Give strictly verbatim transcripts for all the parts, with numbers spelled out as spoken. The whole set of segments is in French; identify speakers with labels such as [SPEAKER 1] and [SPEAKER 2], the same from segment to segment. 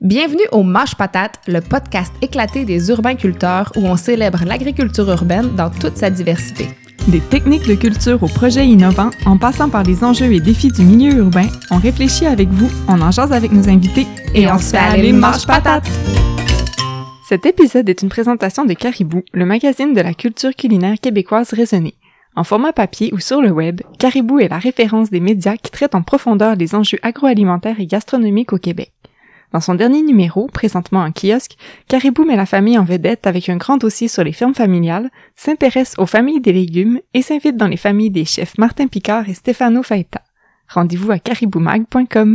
[SPEAKER 1] Bienvenue au Mâche Patate, le podcast éclaté des urbainculteurs où on célèbre l'agriculture urbaine dans toute sa diversité.
[SPEAKER 2] Des techniques de culture aux projets innovants, en passant par les enjeux et défis du milieu urbain, on réfléchit avec vous, on en jase avec nos invités
[SPEAKER 1] et, et on, on se fait aller Mâche Patate!
[SPEAKER 2] Cet épisode est une présentation de Caribou, le magazine de la culture culinaire québécoise raisonnée. En format papier ou sur le web, Caribou est la référence des médias qui traitent en profondeur les enjeux agroalimentaires et gastronomiques au Québec. Dans son dernier numéro, présentement en kiosque, Caribou met la famille en vedette avec un grand dossier sur les fermes familiales, s'intéresse aux familles des légumes et s'invite dans les familles des chefs Martin Picard et Stefano Faita. Rendez-vous à caribouMag point com.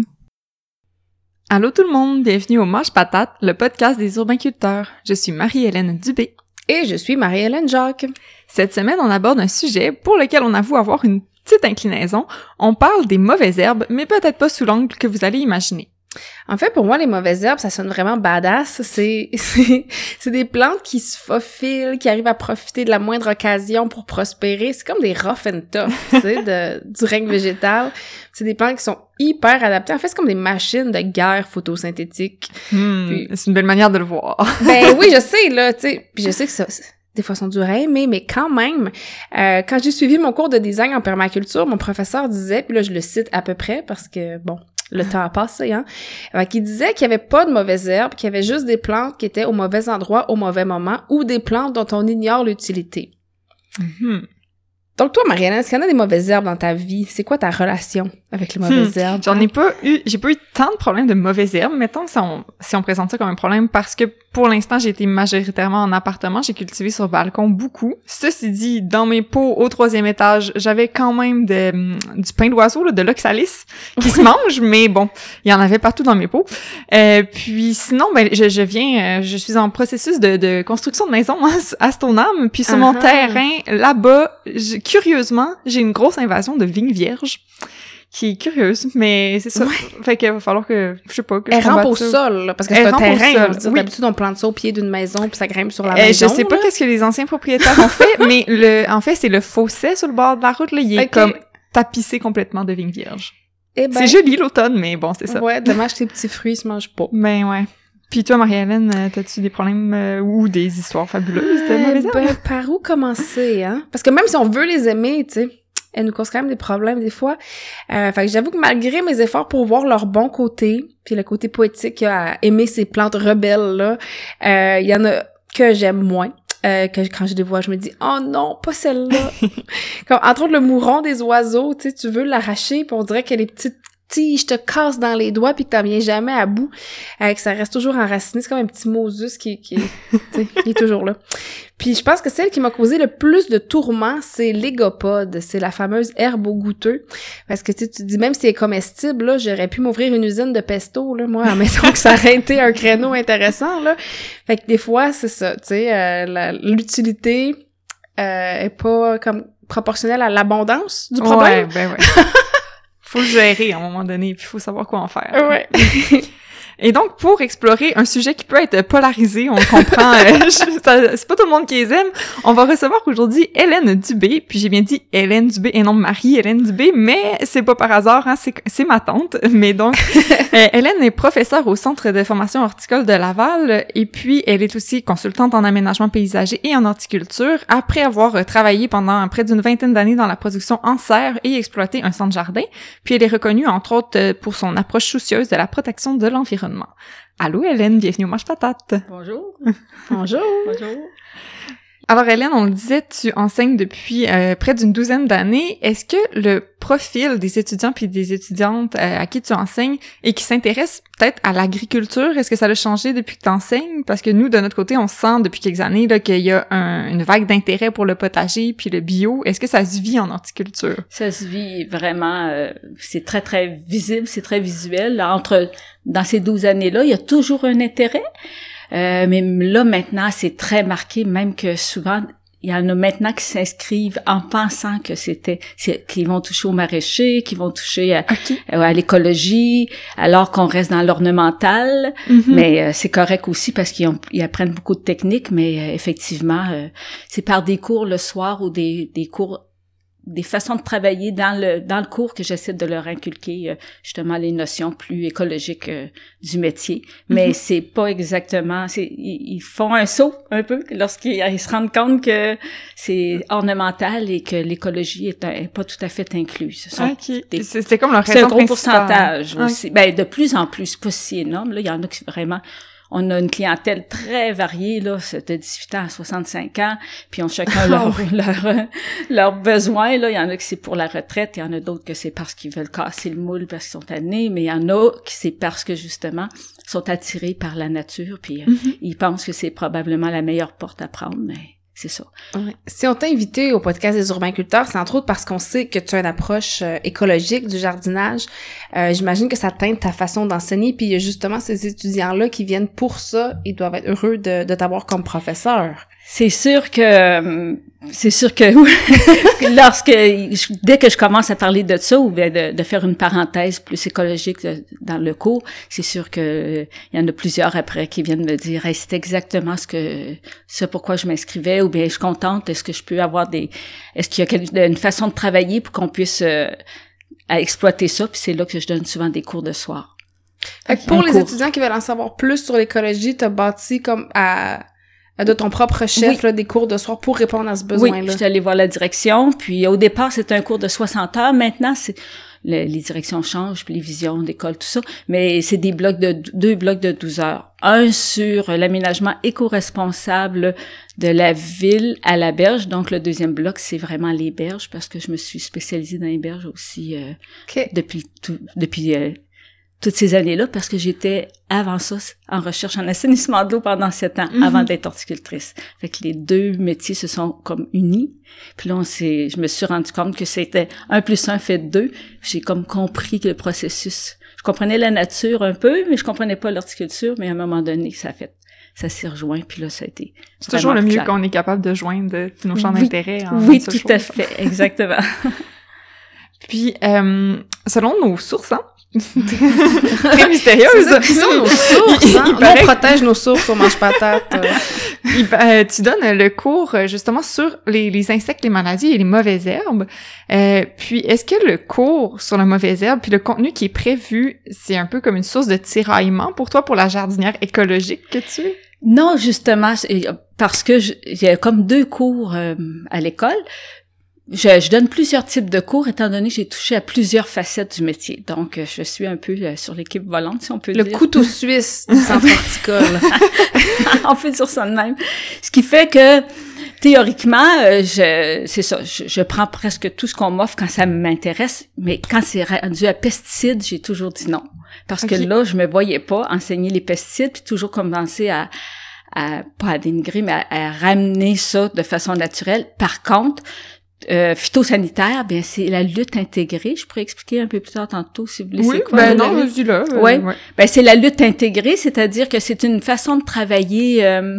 [SPEAKER 2] Allô tout le monde, bienvenue au Mâche Patate, le podcast des urbainculteurs. Je suis Marie-Hélène Dubé.
[SPEAKER 1] Et je suis Marie-Hélène Jacques.
[SPEAKER 2] Cette semaine, on aborde un sujet pour lequel on avoue avoir une petite inclinaison. On parle des mauvaises herbes, mais peut-être pas sous l'angle que vous allez imaginer.
[SPEAKER 1] En fait, pour moi, les mauvaises herbes, ça sonne vraiment badass. C'est, c'est, c'est des plantes qui se faufilent, qui arrivent à profiter de la moindre occasion pour prospérer. C'est comme des rough and tough, tu sais, de, du règne végétal. C'est des plantes qui sont hyper adaptées. En fait, c'est comme des machines de guerre photosynthétique.
[SPEAKER 2] Hmm,
[SPEAKER 1] Puis,
[SPEAKER 2] c'est une belle manière de le voir.
[SPEAKER 1] Ben oui, je sais, là, tu sais. Puis je sais que ça... des fois sont dures à aimer, mais quand même, euh, quand j'ai suivi mon cours de design en permaculture, mon professeur disait, puis là, je le cite à peu près, parce que, bon... le temps a passé, hein. Fait qu'il disait qu'il n'y avait pas de mauvaises herbes, qu'il y avait juste des plantes qui étaient au mauvais endroit, au mauvais moment, ou des plantes dont on ignore l'utilité.
[SPEAKER 2] Mm-hmm.
[SPEAKER 1] Donc toi, Marianne, est-ce qu'il y en a des mauvaises herbes dans ta vie? C'est quoi ta relation avec les mauvaises
[SPEAKER 2] hmm.
[SPEAKER 1] herbes?
[SPEAKER 2] J'en ai pas eu, j'ai pas eu tant de problèmes de mauvaises herbes, mettons, si on, si on présente ça comme un problème, parce que pour l'instant, j'ai été majoritairement en appartement, j'ai cultivé sur balcon beaucoup. Ceci dit, dans mes pots au troisième étage, j'avais quand même de, du pain d'oiseau, là, de l'oxalis, qui se mange, mais bon, il y en avait partout dans mes pots. Euh, puis sinon, ben, je, je viens, euh, je suis en processus de, de construction de maison à Stoneham, puis sur uh-huh. mon terrain, là-bas, je, curieusement, j'ai une grosse invasion de vignes vierges qui est curieuse, mais c'est ça.
[SPEAKER 1] Ouais.
[SPEAKER 2] Fait qu'il va falloir que, je sais pas, que
[SPEAKER 1] Elle
[SPEAKER 2] je
[SPEAKER 1] rampe au sol, là, parce que c'est
[SPEAKER 2] Elle
[SPEAKER 1] un terrain.
[SPEAKER 2] Sol, oui.
[SPEAKER 1] D'habitude, on plante ça au pied d'une maison, puis ça grimpe sur la
[SPEAKER 2] euh,
[SPEAKER 1] maison.
[SPEAKER 2] Je sais pas
[SPEAKER 1] là.
[SPEAKER 2] qu'est-ce que les anciens propriétaires ont fait, mais le, en fait, c'est le fossé sur le bord de la route, là, il est okay. comme tapissé complètement de vignes vierges.
[SPEAKER 1] Eh ben,
[SPEAKER 2] c'est joli l'automne, mais bon, c'est ça.
[SPEAKER 1] Ouais, dommage que ces petits fruits se mangent pas.
[SPEAKER 2] Ben ouais. Puis toi, Marie-Hélène, t'as-tu des problèmes euh, ou des histoires fabuleuses de
[SPEAKER 1] euh,
[SPEAKER 2] mauvaises herbes?
[SPEAKER 1] Ben, par où commencer, hein? Parce que même si on veut les aimer, tu sais, elles nous causent quand même des problèmes des fois. Euh, fait que j'avoue que malgré mes efforts pour voir leur bon côté, puis le côté poétique à aimer ces plantes rebelles-là, il euh, y en a que j'aime moins. Euh, que quand je les vois, je me dis « Oh non, pas celle-là! » Comme entre autres, le mouron des oiseaux, tu sais, tu veux l'arracher, puis on dirait que les petites tiges te cassent dans les doigts, puis que t'en viens jamais à bout, euh, que ça reste toujours enraciné. C'est comme un petit Moses qui, qui il est toujours là. Puis je pense que celle qui m'a causé le plus de tourments, c'est l'égopode. C'est la fameuse herbe au goûteux. Parce que tu te dis, même si c'est comestible, là, j'aurais pu m'ouvrir une usine de pesto, là, moi, admettons que ça aurait été un créneau intéressant, là. Fait que des fois, c'est ça, tu sais, euh, la, l'utilité euh, est pas comme proportionnelle à l'abondance du problème.
[SPEAKER 2] Ouais, ben ouais. Faut le gérer à un moment donné, puis il faut savoir quoi en faire.
[SPEAKER 1] Ouais.
[SPEAKER 2] Et donc, pour explorer un sujet qui peut être polarisé, on comprend, euh, je, ça, c'est pas tout le monde qui les aime, on va recevoir aujourd'hui Hélène Dubé, puis j'ai bien dit Hélène Dubé et non Marie-Hélène Dubé, mais c'est pas par hasard, hein, c'est, c'est ma tante. Mais donc, euh, Hélène est professeure au Centre de formation horticole de Laval, et puis elle est aussi consultante en aménagement paysager et en horticulture, après avoir travaillé pendant près d'une vingtaine d'années dans la production en serre et exploité un centre-jardin, puis elle est reconnue, entre autres, pour son approche soucieuse de la protection de l'environnement. Allô Hélène, bienvenue au Mâche Patate.
[SPEAKER 3] Bonjour.
[SPEAKER 1] Bonjour.
[SPEAKER 3] Bonjour.
[SPEAKER 2] Alors Hélène, on le disait, tu enseignes depuis euh, près d'une douzaine d'années. Est-ce que le profil des étudiants puis des étudiantes euh, à qui tu enseignes et qui s'intéressent peut-être à l'agriculture, est-ce que ça a changé depuis que tu enseignes? Parce que nous, de notre côté, on sent depuis quelques années là, qu'il y a un, une vague d'intérêt pour le potager puis le bio. Est-ce que ça se vit en horticulture?
[SPEAKER 3] Ça se vit vraiment, euh, c'est très, très visible, c'est très visuel. Entre, dans ces douze années-là, il y a toujours un intérêt. Euh, mais là, maintenant, c'est très marqué, même que souvent, il y en a maintenant qui s'inscrivent en pensant que c'était, c'est, qu'ils vont toucher au maraîcher, qu'ils vont toucher à,
[SPEAKER 2] okay.
[SPEAKER 3] à l'écologie, alors qu'on reste dans l'ornemental.
[SPEAKER 2] Mm-hmm.
[SPEAKER 3] Mais euh, c'est correct aussi parce qu'ils ont, ils apprennent beaucoup de techniques, mais euh, effectivement, euh, c'est par des cours le soir ou des, des cours des façons de travailler dans le dans le cours que j'essaie de leur inculquer euh, justement les notions plus écologiques euh, du métier. Mais mm-hmm. c'est pas exactement, c'est ils, ils font un saut un peu lorsqu'ils ils se rendent compte que c'est ornemental et que l'écologie est, un, est pas tout à fait incluse.
[SPEAKER 2] Okay. Des, C'était comme leur raison
[SPEAKER 3] C'est un gros
[SPEAKER 2] principale.
[SPEAKER 3] pourcentage
[SPEAKER 2] Okay.
[SPEAKER 3] aussi. Ben de plus en plus, c'est pas si énorme. Là, il y en a qui vraiment. On a une clientèle très variée, là, de dix-huit ans à soixante-cinq ans, puis on chacun leur, leur, leurs besoins, là. Il y en a qui c'est pour la retraite, il y en a d'autres que c'est parce qu'ils veulent casser le moule parce qu'ils sont tannés, mais il y en a qui c'est parce que, justement, ils sont attirés par la nature, puis euh, mm-hmm. ils pensent que c'est probablement la meilleure porte à prendre, mais c'est ça.
[SPEAKER 1] Ouais. Si on t'a invité au podcast des urbainculteurs, c'est entre autres parce qu'on sait que tu as une approche euh, écologique du jardinage. Euh, j'imagine que ça teinte ta façon d'enseigner, puis il y a justement ces étudiants-là qui viennent pour ça, ils doivent être heureux de, de t'avoir comme professeur.
[SPEAKER 3] C'est sûr que c'est sûr que lorsque dès que je commence à parler de ça ou bien de, de faire une parenthèse plus écologique de, dans le cours, c'est sûr que il y en a plusieurs après qui viennent me dire hey, c'est exactement ce que ce pourquoi je m'inscrivais ou bien je suis contente, est-ce que je peux avoir des est-ce qu'il y a quelque, une façon de travailler pour qu'on puisse euh, à exploiter ça, puis c'est là que je donne souvent des cours de soir.
[SPEAKER 1] Fait que pour les cours. Étudiants qui veulent en savoir plus sur l'écologie, t'as bâti comme à de ton propre chef, oui. là, des cours de soir pour répondre à ce besoin-là.
[SPEAKER 3] Oui, je suis allée voir la direction, puis au départ, c'était un cours de soixante heures. Maintenant, c'est le, les directions changent, puis les visions d'école, tout ça, mais c'est des blocs de deux blocs de douze heures. Un sur l'aménagement éco-responsable de la ville à la berge. Donc, le deuxième bloc, c'est vraiment les berges, parce que je me suis spécialisée dans les berges aussi euh, okay. depuis tout, depuis euh, toutes ces années-là, parce que j'étais, avant ça, en recherche en assainissement d'eau pendant sept ans, mm-hmm. avant d'être horticultrice. Fait que les deux métiers se sont comme unis. Puis là, on s'est, je me suis rendu compte que c'était un plus un fait deux. J'ai comme compris que le processus, je comprenais la nature un peu, mais je comprenais pas l'horticulture, mais à un moment donné, ça a fait, ça s'est rejoint, puis là, ça a été
[SPEAKER 2] c'est toujours le mieux clair. Qu'on est capable de joindre nos champs
[SPEAKER 3] oui.
[SPEAKER 2] d'intérêt. En
[SPEAKER 3] oui, tout chose. À fait, exactement.
[SPEAKER 2] Puis, euh, selon nos sources, hein, très mystérieuse.
[SPEAKER 1] C'est qui sont nos sources, hein? Il, il on protège nos sources, on mange patate. Euh.
[SPEAKER 2] Il, euh, tu donnes le cours, justement, sur les, les insectes, les maladies et les mauvaises herbes. Euh, puis, est-ce que le cours sur la mauvaise herbe, puis le contenu qui est prévu, c'est un peu comme une source de tiraillement pour toi, pour la jardinière écologique que tu es?
[SPEAKER 3] Non, justement, parce que il y a comme deux cours euh, à l'école. Je, je donne plusieurs types de cours, étant donné que j'ai touché à plusieurs facettes du métier. Donc, je suis un peu sur l'équipe volante, si on peut
[SPEAKER 1] le
[SPEAKER 3] dire.
[SPEAKER 1] Le couteau suisse du centre horticole.
[SPEAKER 3] On peut dire ça de même. Ce qui fait que, théoriquement, je, c'est ça, je, je prends presque tout ce qu'on m'offre quand ça m'intéresse, mais quand c'est rendu à pesticides, j'ai toujours dit non. Parce okay. que là, je me voyais pas enseigner les pesticides, puis toujours commencer à, à pas à dénigrer, mais à, à ramener ça de façon naturelle. Par contre, Euh, phytosanitaire, bien c'est la lutte intégrée. Je pourrais expliquer un peu plus tard tantôt si vous voulez.
[SPEAKER 2] Oui,
[SPEAKER 3] c'est quoi,
[SPEAKER 2] ben non, vas-y là. Euh,
[SPEAKER 3] ouais. ouais. Ben c'est la lutte intégrée, c'est-à-dire que c'est une façon de travailler euh,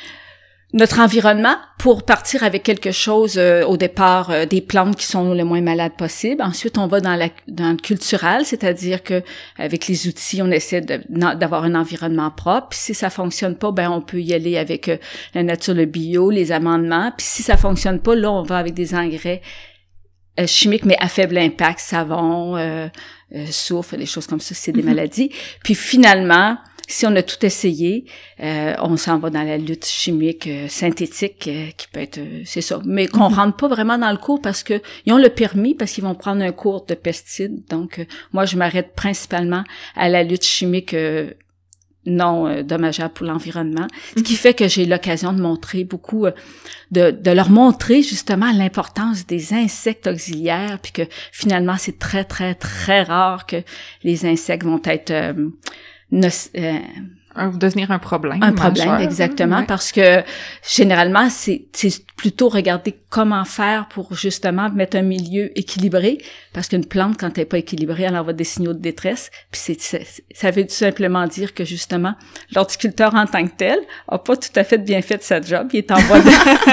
[SPEAKER 3] notre environnement pour partir avec quelque chose euh, au départ euh, des plantes qui sont le moins malades possible. Ensuite, on va dans la dans le cultural, c'est-à-dire que avec les outils, on essaie de, d'avoir un environnement propre. Puis si ça fonctionne pas, ben on peut y aller avec euh, la nature, le bio, les amendements. Puis si ça fonctionne pas, là, on va avec des engrais euh, chimiques mais à faible impact, savon, euh, euh, soufre, des choses comme ça, c'est des mm-hmm. maladies. Puis finalement, si on a tout essayé, euh, on s'en va dans la lutte chimique euh, synthétique euh, qui peut être, euh, c'est ça, mais qu'on mm-hmm. rentre pas vraiment dans le cours parce que ils ont le permis, parce qu'ils vont prendre un cours de pesticides. Donc, euh, moi, je m'arrête principalement à la lutte chimique euh, non euh, dommageable pour l'environnement, mm-hmm. ce qui fait que j'ai l'occasion de montrer beaucoup, euh, de, de leur montrer justement l'importance des insectes auxiliaires, puis que finalement, c'est très, très, très rare que les insectes vont être... Euh, Ne, euh,
[SPEAKER 2] devenir un problème.
[SPEAKER 3] Un problème, majeur, exactement, ouais. Parce que généralement, c'est, c'est plutôt regarder comment faire pour justement mettre un milieu équilibré, parce qu'une plante, quand elle n'est pas équilibrée, elle envoie des signaux de détresse, puis c'est, c'est, ça veut tout simplement dire que justement, l'horticulteur en tant que tel a pas tout à fait bien fait sa job, il est en voie de...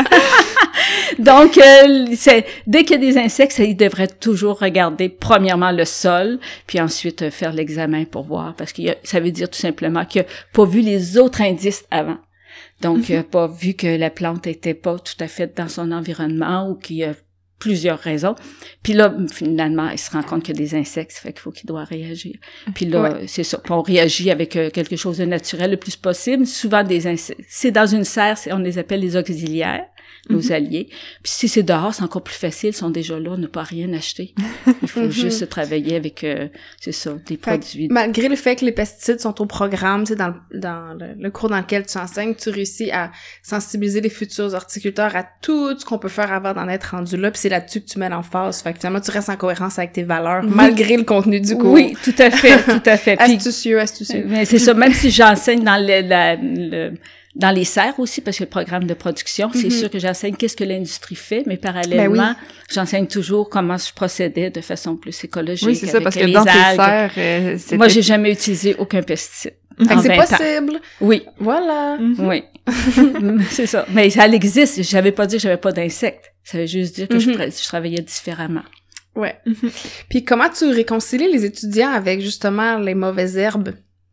[SPEAKER 3] Donc, euh, c'est, dès qu'il y a des insectes, ça, il devrait toujours regarder premièrement le sol, puis ensuite euh, faire l'examen pour voir, parce que ça veut dire tout simplement qu'il n'a pas vu les autres indices avant. Donc, mm-hmm. il n'a pas vu que la plante était pas tout à fait dans son environnement ou qu'il a plusieurs raisons. Puis là, finalement, il se rend compte qu'il y a des insectes, ça fait qu'il faut qu'il doit réagir. Puis là, ouais. c'est ça. Puis on réagit avec euh, quelque chose de naturel le plus possible. Souvent, des insectes. C'est dans une serre, on les appelle les auxiliaires, nos mm-hmm. alliés. Puis si c'est dehors, c'est encore plus facile. Ils sont déjà là, on n'a pas rien acheté. Il faut mm-hmm. juste travailler avec, euh, c'est ça, des fait produits.
[SPEAKER 1] Malgré le fait que les pesticides sont au programme, tu sais, dans, le, dans le, le cours dans lequel tu enseignes, tu réussis à sensibiliser les futurs horticulteurs à tout ce qu'on peut faire avant d'en être rendu là. Puis c'est là-dessus que tu mets l'emphase. Fait que finalement, tu restes en cohérence avec tes valeurs, mm-hmm. malgré le contenu du cours.
[SPEAKER 3] Oui, tout à fait, tout à fait. Puis,
[SPEAKER 1] astucieux, astucieux.
[SPEAKER 3] Mais c'est ça, même si j'enseigne dans le, la, le dans les serres aussi, parce que le programme de production, c'est mm-hmm. sûr que j'enseigne qu'est-ce que l'industrie fait, mais parallèlement, ben oui. j'enseigne toujours comment je procédais de façon plus écologique.
[SPEAKER 2] Oui, c'est ça, parce que dans tes serres, euh, c'était...
[SPEAKER 3] Moi, j'ai jamais utilisé aucun pesticide.
[SPEAKER 1] Fait que c'est possible.
[SPEAKER 3] Ans. Oui.
[SPEAKER 1] Voilà.
[SPEAKER 3] Mm-hmm. Oui. C'est ça. Mais ça existe. Je n'avais pas dit que j'avais pas d'insectes. Ça veut juste dire que mm-hmm. je, je travaillais différemment.
[SPEAKER 1] Ouais. Mm-hmm. Puis comment tu réconcilies les étudiants avec justement les mauvaises herbes?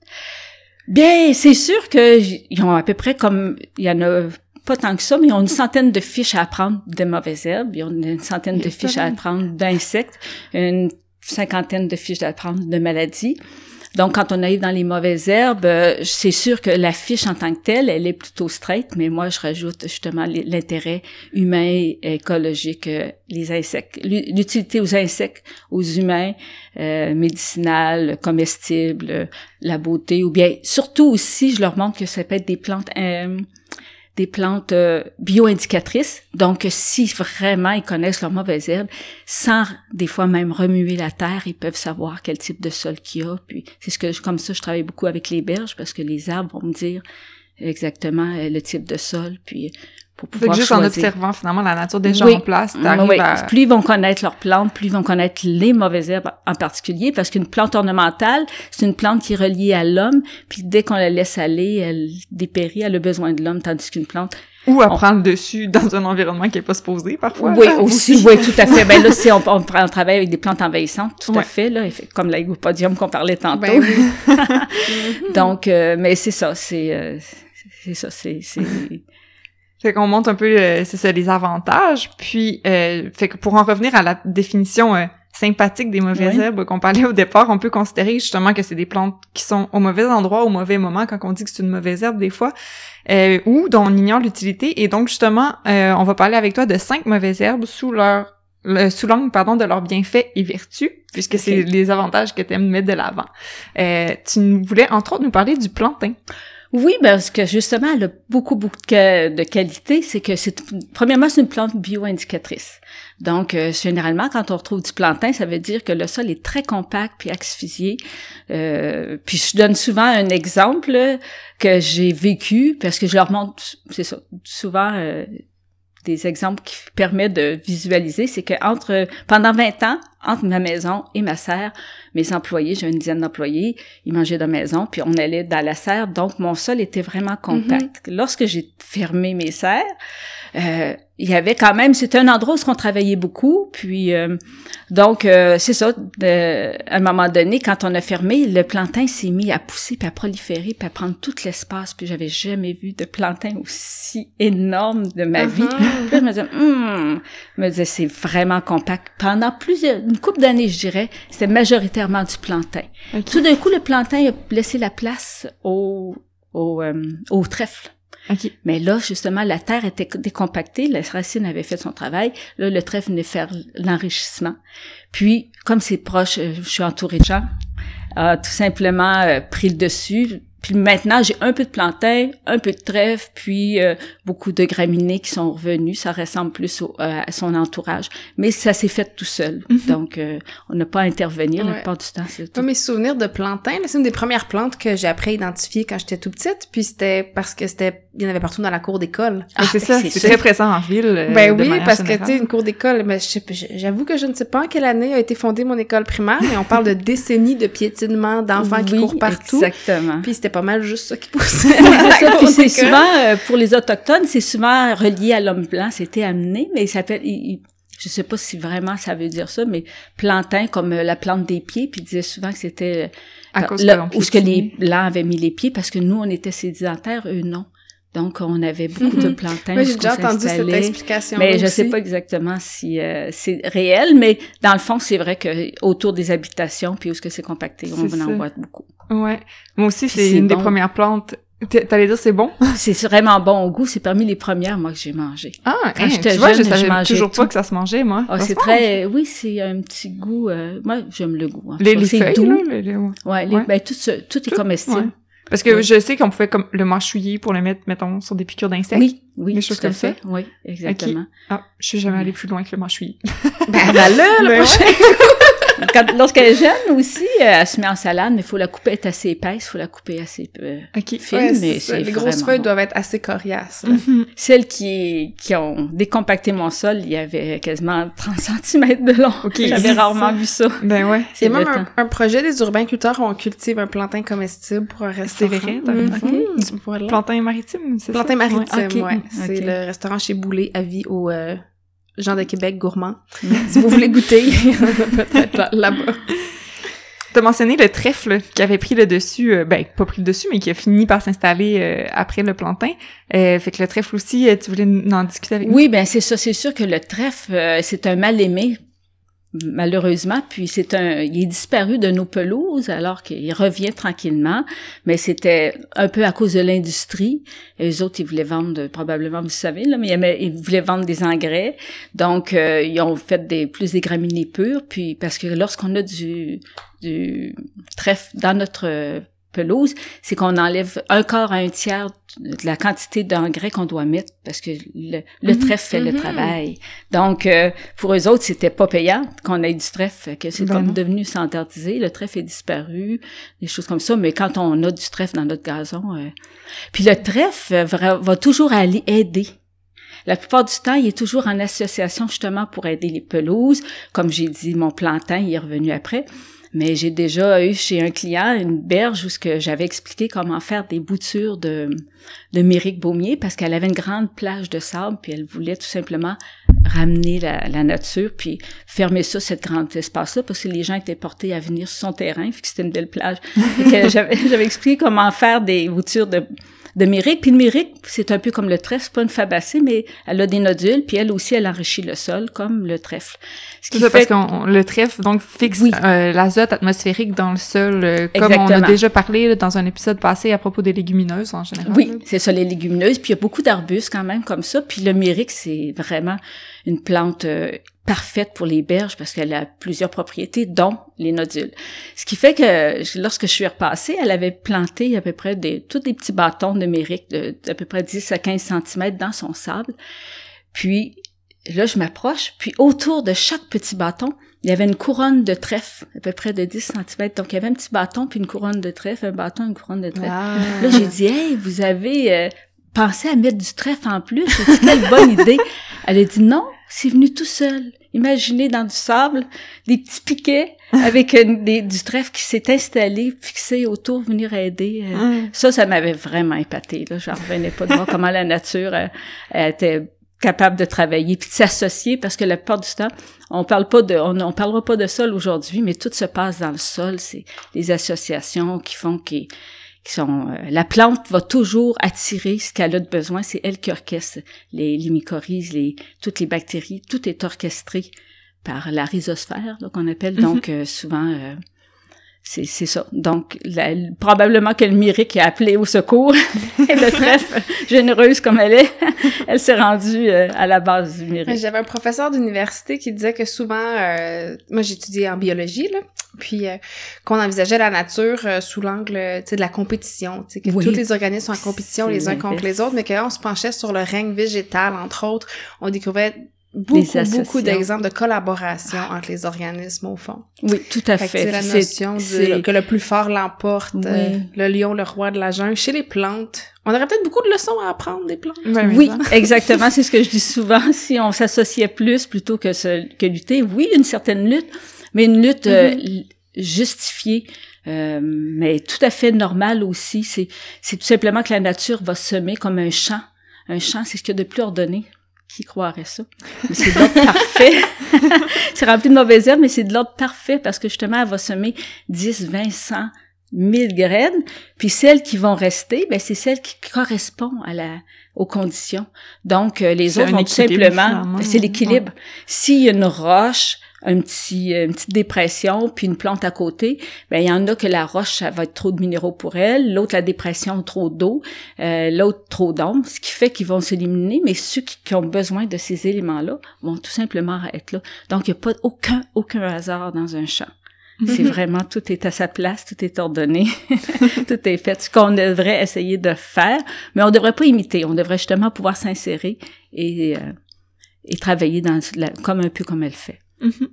[SPEAKER 3] Bien, c'est sûr que ils ont à peu près comme, il y en a pas tant que ça, mais ils ont une centaine de fiches à apprendre de mauvaises herbes, ils ont une centaine de fiches à apprendre d'insectes, une cinquantaine de fiches à apprendre de maladies. Donc, quand on arrive dans les mauvaises herbes, euh, c'est sûr que la fiche en tant que telle, elle est plutôt straight, mais moi, je rajoute justement l'intérêt humain et écologique, euh, les insectes, l'utilité aux insectes, aux humains, euh, médicinales, comestibles, euh, la beauté, ou bien, surtout aussi, je leur montre que ça peut être des plantes... Euh, des plantes euh, bio-indicatrices. Donc, si vraiment ils connaissent leurs mauvaises herbes, sans des fois même remuer la terre, ils peuvent savoir quel type de sol qu'il y a. Puis, c'est ce que, comme ça, je travaille beaucoup avec les berges, parce que les arbres vont me dire exactement euh, le type de sol, puis pour pouvoir
[SPEAKER 2] juste
[SPEAKER 3] choisir.
[SPEAKER 2] En observant finalement la nature déjà
[SPEAKER 3] oui.
[SPEAKER 2] en place, t'arrives
[SPEAKER 3] oui.
[SPEAKER 2] à...
[SPEAKER 3] Plus ils vont connaître leurs plantes, plus ils vont connaître les mauvaises herbes en particulier, parce qu'une plante ornementale, c'est une plante qui est reliée à l'homme, puis dès qu'on la laisse aller, elle dépérit, elle a besoin de l'homme, tandis qu'une plante...
[SPEAKER 2] Ou à on... prendre le dessus dans un environnement qui n'est pas supposé, parfois.
[SPEAKER 3] Oui, aussi, oui, tout à fait. Ben là, si on, on, on travaille avec des plantes envahissantes, tout ouais. à fait, là, comme l'Hypopodium qu'on parlait tantôt. Ben oui. Donc, euh, mais c'est ça, c'est... Euh, c'est ça, c'est... c'est...
[SPEAKER 2] Fait qu'on montre un peu, euh, c'est ça, les avantages, puis euh, fait que pour en revenir à la définition euh, sympathique des mauvaises oui. herbes qu'on parlait au départ, on peut considérer justement que c'est des plantes qui sont au mauvais endroit, au mauvais moment, quand on dit que c'est une mauvaise herbe des fois, euh, ou dont on ignore l'utilité, et donc justement, euh, on va parler avec toi de cinq mauvaises herbes sous leur le, sous l'angle, pardon, de leurs bienfaits et vertus, puisque c'est okay. les avantages que tu aimes mettre de l'avant. Euh, tu nous voulais entre autres nous parler du plantain.
[SPEAKER 3] Oui, parce que justement, elle a beaucoup, beaucoup de, de qualités. C'est que c'est, premièrement, c'est une plante bio-indicatrice. Donc, euh, généralement, quand on retrouve du plantain, ça veut dire que le sol est très compact puis asphyxié. Euh, puis je donne souvent un exemple là, que j'ai vécu, parce que je leur montre, c'est ça, souvent... Euh, des exemples qui permettent de visualiser, c'est que entre pendant vingt ans, entre ma maison et ma serre, mes employés, j'ai une dizaine d'employés, ils mangeaient dans la maison, puis on allait dans la serre, donc mon sol était vraiment compact. Mm-hmm. Lorsque j'ai fermé mes serres, euh, il y avait quand même, c'était un endroit où on travaillait beaucoup, puis euh, donc euh, c'est ça, de, à un moment donné, quand on a fermé, le plantain s'est mis à pousser, puis à proliférer, puis à prendre tout l'espace, puis j'avais jamais vu de plantain aussi énorme de ma uh-huh. vie. Puis là, je me disais, hum, je me disais, c'est vraiment compact. Pendant plusieurs, une couple d'années, je dirais, c'était majoritairement du plantain. Okay. Tout d'un coup, le plantain a laissé la place au, au, euh, au trèfle.
[SPEAKER 2] Okay.
[SPEAKER 3] Mais là, justement, la terre était décompactée, la racine avait fait son travail. Là, le trèfle venait faire l'enrichissement. Puis, comme c'est proche, je suis entourée de gens, a tout simplement euh, pris le dessus. Puis maintenant, j'ai un peu de plantain, un peu de trèfle, puis euh, beaucoup de graminées qui sont revenus. Ça ressemble plus au, euh, à son entourage. Mais ça s'est fait tout seul. Mm-hmm. Donc, euh, on n'a pas à intervenir. Ouais. La plupart du temps, c'est tout.
[SPEAKER 1] Moi, mes souvenirs de plantain, c'est une des premières plantes que j'ai appris à identifier quand j'étais tout petite. Puis c'était parce que c'était, il y en avait partout dans la cour d'école.
[SPEAKER 2] Ah, c'est ça, c'est, c'est très présent en ville. Euh,
[SPEAKER 1] ben oui, parce générale. Que tu sais, une cour d'école, mais je, j'avoue que je ne sais pas en quelle année a été fondée mon école primaire, mais on parle de décennies de piétinement, d'enfants oui, qui courent partout.
[SPEAKER 3] Exactement.
[SPEAKER 1] Puis c'était pas mal juste ça qui poussait.
[SPEAKER 3] C'est ça, puis c'est souvent, euh, pour les Autochtones, c'est souvent relié à l'homme blanc, c'était amené, mais il s'appelle, il, il, je sais pas si vraiment ça veut dire ça, mais plantain comme euh, la plante des pieds, puis il disait souvent que c'était
[SPEAKER 2] à cause
[SPEAKER 3] là, où ce que les Blancs avaient mis les pieds, parce que nous, on était sédentaires, eux non. Donc, on avait beaucoup
[SPEAKER 1] Mm-hmm.
[SPEAKER 3] de plantains.
[SPEAKER 1] Oui, j'ai déjà entendu cette explication.
[SPEAKER 3] Mais je
[SPEAKER 1] aussi.
[SPEAKER 3] sais pas exactement si euh, c'est réel, mais dans le fond, c'est vrai que autour des habitations, puis où est-ce que c'est compacté, on
[SPEAKER 2] C'est
[SPEAKER 3] en
[SPEAKER 2] ça.
[SPEAKER 3] voit beaucoup.
[SPEAKER 2] Ouais. Moi aussi,
[SPEAKER 3] Puis
[SPEAKER 2] c'est,
[SPEAKER 3] c'est
[SPEAKER 2] une
[SPEAKER 3] bon.
[SPEAKER 2] des premières plantes. T- T'allais dire c'est bon?
[SPEAKER 3] C'est vraiment bon au goût. C'est parmi les premières, moi, que j'ai mangé.
[SPEAKER 2] Ah,
[SPEAKER 3] Quand
[SPEAKER 2] hein,
[SPEAKER 3] j'étais
[SPEAKER 2] tu vois,
[SPEAKER 3] jeune,
[SPEAKER 2] je
[SPEAKER 3] je
[SPEAKER 2] savais
[SPEAKER 3] mangeais
[SPEAKER 2] toujours pas
[SPEAKER 3] tout.
[SPEAKER 2] que ça se mangeait, moi.
[SPEAKER 3] Ah,
[SPEAKER 2] Ça
[SPEAKER 3] c'est
[SPEAKER 2] se mange.
[SPEAKER 3] très... Oui, c'est un petit goût... Euh, moi, j'aime le goût. Hein.
[SPEAKER 2] Les, les
[SPEAKER 3] c'est
[SPEAKER 2] feuilles,
[SPEAKER 3] doux.
[SPEAKER 2] là? Les, les- ouais.
[SPEAKER 3] Ouais, les,
[SPEAKER 2] Ouais.
[SPEAKER 3] ben, tout, ce, tout est
[SPEAKER 2] Tout,
[SPEAKER 3] comestible.
[SPEAKER 2] ouais. Parce que
[SPEAKER 3] Oui.
[SPEAKER 2] je sais qu'on pouvait comme le mâchouiller pour le mettre, mettons, sur des piqûres d'insectes.
[SPEAKER 3] Oui, oui,
[SPEAKER 2] Des
[SPEAKER 3] tout
[SPEAKER 2] choses
[SPEAKER 3] à
[SPEAKER 2] comme
[SPEAKER 3] fait.
[SPEAKER 2] ça.
[SPEAKER 3] Oui, exactement.
[SPEAKER 2] Ah, je suis jamais allée plus loin que le mâchouiller.
[SPEAKER 1] Ben, ben là, le
[SPEAKER 2] Ben
[SPEAKER 1] prochain.
[SPEAKER 3] Quand, lorsqu'elle est jeune aussi, euh, elle se met en salade, mais il faut la couper, être assez épaisse, il faut la couper assez euh,
[SPEAKER 2] OK.
[SPEAKER 3] fine,
[SPEAKER 1] Ouais,
[SPEAKER 3] mais
[SPEAKER 1] c'est ça.
[SPEAKER 3] c'est
[SPEAKER 1] Les grosses
[SPEAKER 3] vraiment
[SPEAKER 1] feuilles
[SPEAKER 3] bon.
[SPEAKER 1] doivent être assez coriaces. là.
[SPEAKER 2] Mhm.
[SPEAKER 3] Celles qui, qui ont décompacté mon sol, il y avait quasiment trente centimètres de long.
[SPEAKER 2] OK.
[SPEAKER 3] J'avais
[SPEAKER 2] C'est
[SPEAKER 3] rarement
[SPEAKER 2] ça.
[SPEAKER 3] vu ça.
[SPEAKER 2] Ben ouais.
[SPEAKER 1] C'est
[SPEAKER 3] le
[SPEAKER 1] même
[SPEAKER 3] temps.
[SPEAKER 1] un, un projet des urbainculteurs où on cultive un plantain comestible pour un restaurant.
[SPEAKER 2] vrai, t'as
[SPEAKER 1] Mhm.
[SPEAKER 2] raison.
[SPEAKER 1] Voilà.
[SPEAKER 2] Plantain maritime, c'est
[SPEAKER 1] Plantain
[SPEAKER 2] ça?
[SPEAKER 1] maritime,
[SPEAKER 3] Ouais.
[SPEAKER 1] ouais.
[SPEAKER 3] Ok.
[SPEAKER 1] C'est
[SPEAKER 3] Ok.
[SPEAKER 1] le restaurant chez Boulay à vie au euh, Jean de Québec gourmand.
[SPEAKER 3] Mm.
[SPEAKER 1] Si vous voulez goûter, peut-être là- là-bas.
[SPEAKER 2] T'as mentionné le trèfle qui avait pris le dessus, euh, ben pas pris le dessus, mais qui a fini par s'installer euh, après le plantain. Euh, fait que le trèfle aussi, euh, tu voulais en discuter avec nous?
[SPEAKER 3] Oui, ben c'est ça. C'est sûr que le trèfle, euh, c'est un mal-aimé, malheureusement. Puis c'est un, il est disparu de nos pelouses alors qu'il revient tranquillement. Mais c'était un peu à cause de l'industrie. Et eux autres, ils voulaient vendre, probablement, vous savez, là, mais ils, aimaient- ils voulaient vendre des engrais. Donc, euh, ils ont fait des plus des graminées pures. Puis parce que lorsqu'on a du du trèfle dans notre euh, pelouse, c'est qu'on enlève un quart à un tiers de la quantité d'engrais qu'on doit mettre parce que le, le
[SPEAKER 1] Mhm,
[SPEAKER 3] trèfle fait le
[SPEAKER 1] mhm.
[SPEAKER 3] travail. Donc, euh, pour eux autres, c'était pas payant qu'on ait du trèfle, fait que c'est
[SPEAKER 2] Ben
[SPEAKER 3] comme
[SPEAKER 2] non.
[SPEAKER 3] devenu standardisé. Le trèfle est disparu, des choses comme ça. Mais quand on a du trèfle dans notre gazon... euh, Puis le trèfle euh, va, va toujours aller aider. La plupart du temps, il est toujours en association justement pour aider les pelouses. Comme j'ai dit, mon plantain, il est revenu après. Mais j'ai déjà eu chez un client une berge où ce que j'avais expliqué comment faire des boutures de, de mérique baumier parce qu'elle avait une grande plage de sable puis elle voulait tout simplement ramener la, la nature puis fermer ça, cette grande espace-là, parce que les gens étaient portés à venir sur son terrain puis que c'était une belle plage. Fait que j'avais, j'avais expliqué comment faire des boutures de de mérique. Puis le mérique, c'est un peu comme le trèfle, c'est pas une fabacée, mais elle a des nodules, puis elle aussi, elle enrichit le sol, comme le trèfle. Ce
[SPEAKER 2] C'est ça, parce que le trèfle, donc, fixe
[SPEAKER 3] Oui.
[SPEAKER 2] euh, l'azote atmosphérique dans le sol, euh, comme on a
[SPEAKER 3] Exactement.
[SPEAKER 2] déjà parlé là, dans un épisode passé à propos des légumineuses, en général.
[SPEAKER 3] Oui, c'est ça, les légumineuses. Puis il y a beaucoup d'arbustes quand même comme ça. Puis le mérique, c'est vraiment une plante euh, parfaite pour les berges parce qu'elle a plusieurs propriétés, dont les nodules. Ce qui fait que lorsque je suis repassée, elle avait planté à peu près des, tous des petits bâtons de mérique de, d'à peu près dix à quinze centimètres dans son sable. Puis là, je m'approche, puis autour de chaque petit bâton, il y avait une couronne de trèfle, à peu près de dix centimètres. Donc, il y avait un petit bâton, puis une couronne de trèfle, un bâton, une couronne de trèfle.
[SPEAKER 1] Wow.
[SPEAKER 3] Là, j'ai dit, hey, vous avez euh, pensé à mettre du trèfle en plus? J'ai dit, quelle bonne idée! Elle a dit, non, c'est venu tout seul. Imaginez dans du sable, des petits piquets avec une, des, du trèfle qui s'est installé, fixé autour, venir aider. Euh,
[SPEAKER 2] Hum.
[SPEAKER 3] Ça, ça m'avait vraiment épaté. Là, j'en revenais pas de voir comment la nature euh, elle était capable de travailler puis de s'associer, parce que la plupart du temps, on parle pas de, on, on parlera pas de sol aujourd'hui, mais tout se passe dans le sol. C'est les associations qui font qui qui sont euh, la plante va toujours attirer ce qu'elle a de besoin, c'est elle qui orchestre les, les mycorhizes, les toutes les bactéries, tout est orchestré par la rhizosphère, là, qu'on appelle.
[SPEAKER 2] Mm-hmm.
[SPEAKER 3] Donc euh, souvent euh, c'est c'est ça. Donc la, probablement que le mérique a appelé au secours et le trèfle, généreuse comme elle est, elle s'est rendue euh, à la base du mérique.
[SPEAKER 1] J'avais un professeur d'université qui disait que souvent, euh, moi j'étudiais en biologie, là, puis euh, qu'on envisageait la nature euh, sous l'angle, tu sais, de la compétition, tu sais, que
[SPEAKER 3] Oui.
[SPEAKER 1] tous les organismes sont en compétition
[SPEAKER 3] C'est
[SPEAKER 1] les uns
[SPEAKER 3] l'inverse.
[SPEAKER 1] contre les autres, mais que là, on se penchait sur le règne végétal, entre autres, on découvrait beaucoup,
[SPEAKER 3] associations.
[SPEAKER 1] beaucoup d'exemples de collaboration entre les organismes, au fond.
[SPEAKER 3] Oui, tout à
[SPEAKER 1] Fait que
[SPEAKER 3] fait.
[SPEAKER 1] c'est la
[SPEAKER 3] C'est-
[SPEAKER 1] notion
[SPEAKER 3] c'est-
[SPEAKER 1] de, que le plus fort l'emporte,
[SPEAKER 3] Oui.
[SPEAKER 1] euh, le lion, le roi de la jungle. Chez les plantes, on aurait peut-être beaucoup de leçons à apprendre des plantes.
[SPEAKER 2] Ben, mais
[SPEAKER 3] Oui,
[SPEAKER 2] ça.
[SPEAKER 3] exactement. C'est ce que je dis souvent. Si on s'associait plus plutôt que, se, que lutter, oui, une certaine lutte, mais une lutte euh, l- justifiée, euh, mais tout à fait normale aussi. C'est, c'est tout simplement que la nature va semer comme un champ. Un champ, c'est ce qu'il y a de plus ordonné. Qui croirait ça? Mais c'est de l'ordre parfait. C'est rempli de mauvaises herbes, mais c'est de l'ordre parfait parce que justement, elle va semer dix, vingt, cent mille graines, puis celles qui vont rester, ben c'est celles qui correspondent à la aux conditions. Donc euh, les
[SPEAKER 2] c'est
[SPEAKER 3] autres vont tout simplement, ben, c'est l'équilibre.
[SPEAKER 2] Ouais.
[SPEAKER 3] S'il y a une roche, un petit une petite dépression puis une plante à côté, ben il y en a que la roche ça va être trop de minéraux pour elle, l'autre la dépression trop d'eau, euh, l'autre trop d'ombre, ce qui fait qu'ils vont s'éliminer, mais ceux qui, qui ont besoin de ces éléments-là vont tout simplement être là. Donc il y a pas aucun aucun hasard dans un champ. C'est vraiment, tout est à sa place, tout est ordonné, tout est fait. Ce qu'on devrait essayer de faire, mais on devrait pas imiter, on devrait justement pouvoir s'insérer et, euh, et travailler dans la, comme un peu comme elle fait.
[SPEAKER 2] Mm-hmm.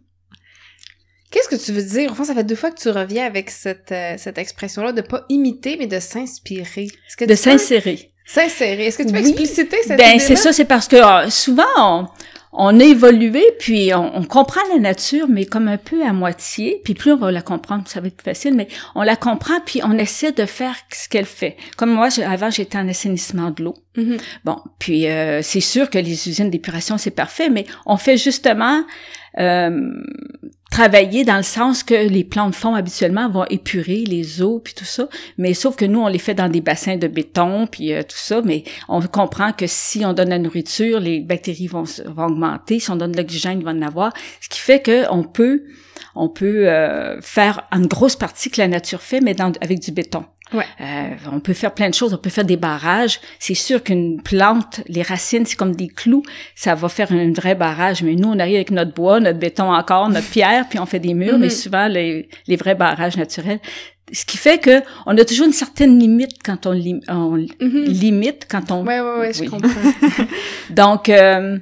[SPEAKER 1] Qu'est-ce que tu veux dire? Au fond, ça fait deux fois que tu reviens avec cette, euh, cette expression-là de pas imiter, mais de s'inspirer. Est-ce que
[SPEAKER 3] de
[SPEAKER 1] tu
[SPEAKER 3] s'insérer.
[SPEAKER 1] Peux... S'insérer. Est-ce que tu peux
[SPEAKER 3] Oui.
[SPEAKER 1] expliciter cette
[SPEAKER 3] Ben,
[SPEAKER 1] idée-là?
[SPEAKER 3] c'est ça, c'est parce que euh, souvent, on, on a évolué, puis on, on comprend la nature, mais comme un peu à moitié, puis plus on va la comprendre, ça va être plus facile, mais on la comprend, puis on essaie de faire ce qu'elle fait. Comme moi, j'ai, avant, j'étais en assainissement de l'eau.
[SPEAKER 1] Mm-hmm.
[SPEAKER 3] Bon, puis euh, c'est sûr que les usines d'épuration, c'est parfait, mais on fait justement euh, travailler dans le sens que les plantes font habituellement, vont épurer les eaux puis tout ça, mais sauf que nous, on les fait dans des bassins de béton puis euh, tout ça, mais on comprend que si on donne la nourriture, les bactéries vont, vont augmenter, si on donne de l'oxygène, il va en avoir, ce qui fait que on peut on peut euh, faire une grosse partie que la nature fait, mais dans, avec du béton.
[SPEAKER 1] Ouais.
[SPEAKER 3] Euh, on peut faire plein de choses, on peut faire des barrages. C'est sûr qu'une plante, les racines, c'est comme des clous, ça va faire un vrai barrage. Mais nous, on arrive avec notre bois, notre béton encore, notre pierre, puis on fait des murs, mm-hmm. mais souvent, les, les vrais barrages naturels. Ce qui fait que on a toujours une certaine limite quand on, lim- on mm-hmm. limite, quand on...
[SPEAKER 1] Ouais, ouais, ouais, je
[SPEAKER 3] oui.
[SPEAKER 1] comprends.
[SPEAKER 3] Donc... Euh,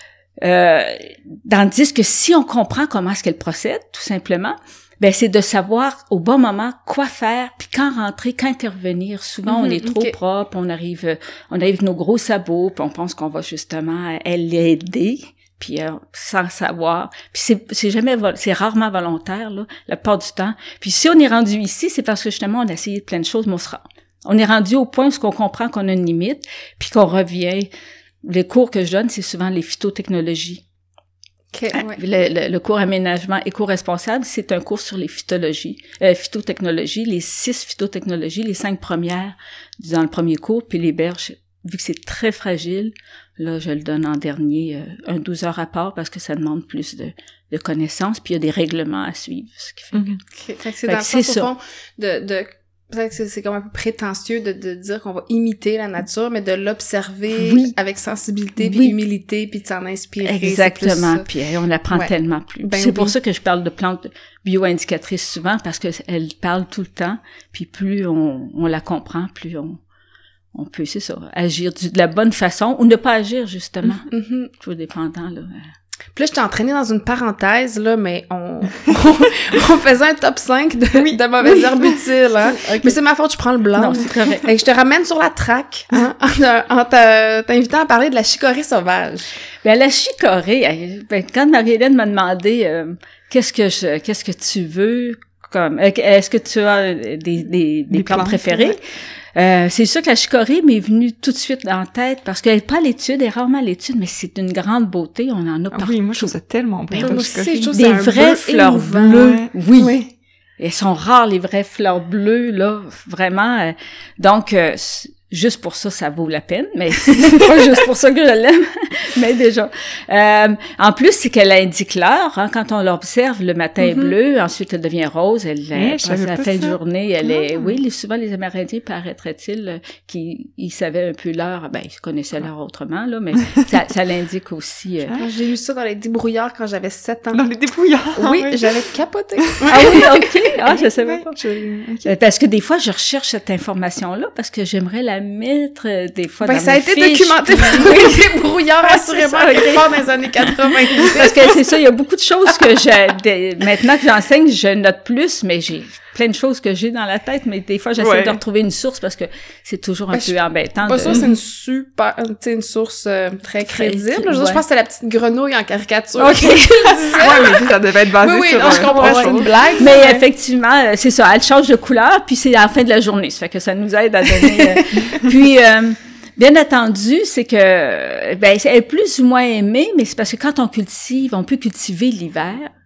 [SPEAKER 3] Euh, tandis que si on comprend comment est-ce qu'elle procède, tout simplement, ben c'est de savoir au bon moment quoi faire, puis quand rentrer, quand intervenir. Souvent, mm-hmm, on est trop okay. propre, on arrive, on arrive avec nos gros sabots, puis on pense qu'on va justement l'aider, puis euh, sans savoir. Puis c'est, c'est jamais, c'est rarement volontaire là, la plupart du temps. Puis si on est rendu ici, c'est parce que justement on a essayé plein de choses, mais on sera, on est rendu au point où on comprend qu'on a une limite, puis qu'on revient. Les cours que je donne, c'est souvent les phytotechnologies.
[SPEAKER 1] Okay, ouais.
[SPEAKER 3] le, le, le cours aménagement éco-responsable, c'est un cours sur les phytologies, euh, phytotechnologies, les six phytotechnologies, les cinq premières dans le premier cours, puis les berges, vu que c'est très fragile, là, je le donne en dernier, euh, un douze heures à part, parce que ça demande plus de, de connaissances, puis il y a des règlements à suivre, ce qui fait
[SPEAKER 1] mm-hmm. que... Okay. Fait que c'est fait dans le sens, au fond, de... de... Peut-être que c'est, c'est comme un peu prétentieux de, de dire qu'on va imiter la nature, mais de l'observer oui. avec sensibilité, puis oui. humilité, puis de s'en inspirer.
[SPEAKER 3] Exactement, puis on apprend ouais. tellement plus. Ben c'est oui. pour ça que je parle de plantes bio-indicatrices souvent, parce qu'elles parlent tout le temps, puis plus on, on la comprend, plus on, on peut, c'est ça, agir du, de la bonne façon, ou ne pas agir, justement.
[SPEAKER 1] Mm-hmm.
[SPEAKER 3] Tout dépendant, là.
[SPEAKER 1] Puis là, je t'ai entraînée dans une parenthèse, là, mais on, on, on faisait un top cinq de, oui. de mauvaises oui. herbes utiles, hein. Okay. Mais c'est ma faute, je prends le blanc.
[SPEAKER 3] Non, c'est correct.
[SPEAKER 1] Et je te ramène sur la traque, hein, en, en t'invitant à parler de la chicorée sauvage.
[SPEAKER 3] Ben, la chicorée, ben, quand Marie-Hélène m'a demandé, euh, qu'est-ce que je, qu'est-ce que tu veux, comme, est-ce que tu as des, des, des, des plantes, plantes préférées? Ouais. Euh, c'est sûr que la chicorée m'est venue tout de suite en tête parce qu'elle n'est pas à l'étude, elle est rarement à l'étude, mais c'est une grande beauté, on en a partout.
[SPEAKER 2] Ah oui, moi je trouve ça tellement beau.
[SPEAKER 1] Moi aussi, je trouve
[SPEAKER 3] des vraies fleurs bleues,
[SPEAKER 1] ouais.
[SPEAKER 3] oui.
[SPEAKER 1] oui.
[SPEAKER 3] Elles sont rares les vraies fleurs bleues là, vraiment. Euh, donc euh, juste pour ça, ça vaut la peine, mais c'est pas juste pour ça que je l'aime, mais déjà. Euh, en plus, c'est qu'elle indique l'heure, hein, quand on l'observe, le matin est mm-hmm. bleu, ensuite elle devient rose, elle,
[SPEAKER 2] eh,
[SPEAKER 3] à la fin de journée, elle
[SPEAKER 2] ah.
[SPEAKER 3] est, oui, souvent les Amérindiens, paraîtrait-il, euh, qui, ils savaient un peu l'heure, ben, ils connaissaient l'heure autrement, là, mais ça, ça l'indique aussi. Euh,
[SPEAKER 1] ah, j'ai lu ça dans les débrouillards quand j'avais sept ans.
[SPEAKER 2] Dans les débrouillards?
[SPEAKER 1] Oui,
[SPEAKER 2] oui.
[SPEAKER 1] j'avais capoté.
[SPEAKER 3] Ah oui, ok, ah, je savais
[SPEAKER 2] oui,
[SPEAKER 3] pas.
[SPEAKER 2] Je... Okay.
[SPEAKER 3] Parce que des fois, je recherche cette information-là, parce que j'aimerais la mettre euh, des fois
[SPEAKER 1] ben,
[SPEAKER 3] dans
[SPEAKER 1] ça a été
[SPEAKER 3] fiches,
[SPEAKER 1] documenté
[SPEAKER 3] puis...
[SPEAKER 1] par les débrouillards, assurément, quelque part dans les années quatre-vingt-dix.
[SPEAKER 3] Parce que c'est ça, il y a beaucoup de choses que j'ai, maintenant que j'enseigne, je note plus, mais j'ai plein de choses que j'ai dans la tête, mais des fois, j'essaie ouais. de retrouver une source parce que c'est toujours un ben, peu embêtant.
[SPEAKER 1] Pas
[SPEAKER 3] de...
[SPEAKER 1] sûr, c'est une super, tu sais, une source euh, très crédible.
[SPEAKER 3] Très,
[SPEAKER 1] je,
[SPEAKER 3] ouais.
[SPEAKER 1] je pense que c'est la petite grenouille en caricature.
[SPEAKER 3] OK.
[SPEAKER 1] Qui le disait.
[SPEAKER 2] Ouais, mais ça devait être basé
[SPEAKER 1] oui, oui,
[SPEAKER 2] sur...
[SPEAKER 1] non, je comprends, c'est une blague.
[SPEAKER 3] Mais ouais. effectivement, c'est ça, elle change de couleur, puis c'est à la fin de la journée, ça fait que ça nous aide à donner... euh... puis... Euh, bien entendu, c'est que ben elle est plus ou moins aimée, mais c'est parce que quand on cultive, on peut cultiver l'hiver,